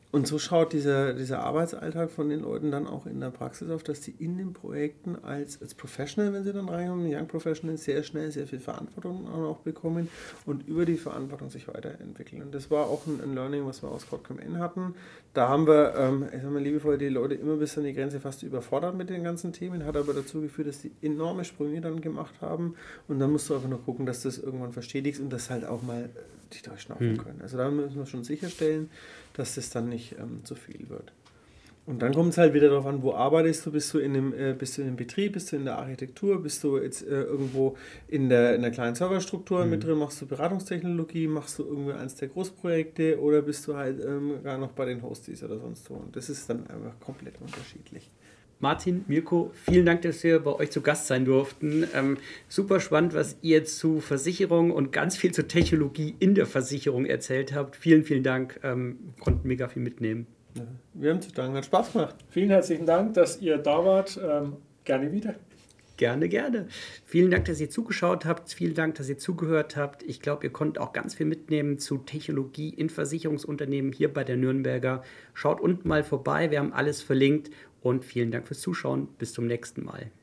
Und so schaut dieser, dieser Arbeitsalltag von den Leuten dann auch in der Praxis auf, dass die in den Projekten als, als Professional, wenn sie dann reinkommen, Young Professional, sehr schnell sehr viel Verantwortung auch bekommen und über die Verantwortung sich weiterentwickeln. Und das war auch ein, ein Learning, was wir aus CodeCommN hatten. Da haben wir, ähm, ich sag mal, liebevoll die Leute immer bis an die Grenze fast überfordert mit den ganzen Themen, hat aber dazu geführt, dass die enorme Sprünge dann gemacht haben. Und dann musst du einfach nur gucken, dass du das irgendwann verstetigst und das halt auch mal dich durchschnaufen mhm. können. Also da müssen wir schon sicherstellen, dass das dann nicht ähm, zu viel wird. Und dann kommt es halt wieder darauf an, wo arbeitest du? Bist du in dem, äh, bist du in dem Betrieb, bist du in der Architektur, bist du jetzt äh, irgendwo in der, in der kleinen Serverstruktur mhm. mit drin, machst du Beratungstechnologie, machst du irgendwie eins der Großprojekte oder bist du halt ähm, gar noch bei den Hosties oder sonst wo. Und das ist dann einfach komplett unterschiedlich. Martin, Mirko, vielen Dank, dass wir bei euch zu Gast sein durften. Ähm, super spannend, was ihr zu Versicherung und ganz viel zur Technologie in der Versicherung erzählt habt. Vielen, vielen Dank. Ähm, konnten mega viel mitnehmen. Ja, wir haben zu danken, hat Spaß gemacht. Vielen herzlichen Dank, dass ihr da wart. Ähm, gerne wieder. Gerne, gerne. Vielen Dank, dass ihr zugeschaut habt. Vielen Dank, dass ihr zugehört habt. Ich glaube, ihr konntet auch ganz viel mitnehmen zu Technologie in Versicherungsunternehmen hier bei der Nürnberger. Schaut unten mal vorbei, wir haben alles verlinkt. Und vielen Dank fürs Zuschauen. Bis zum nächsten Mal.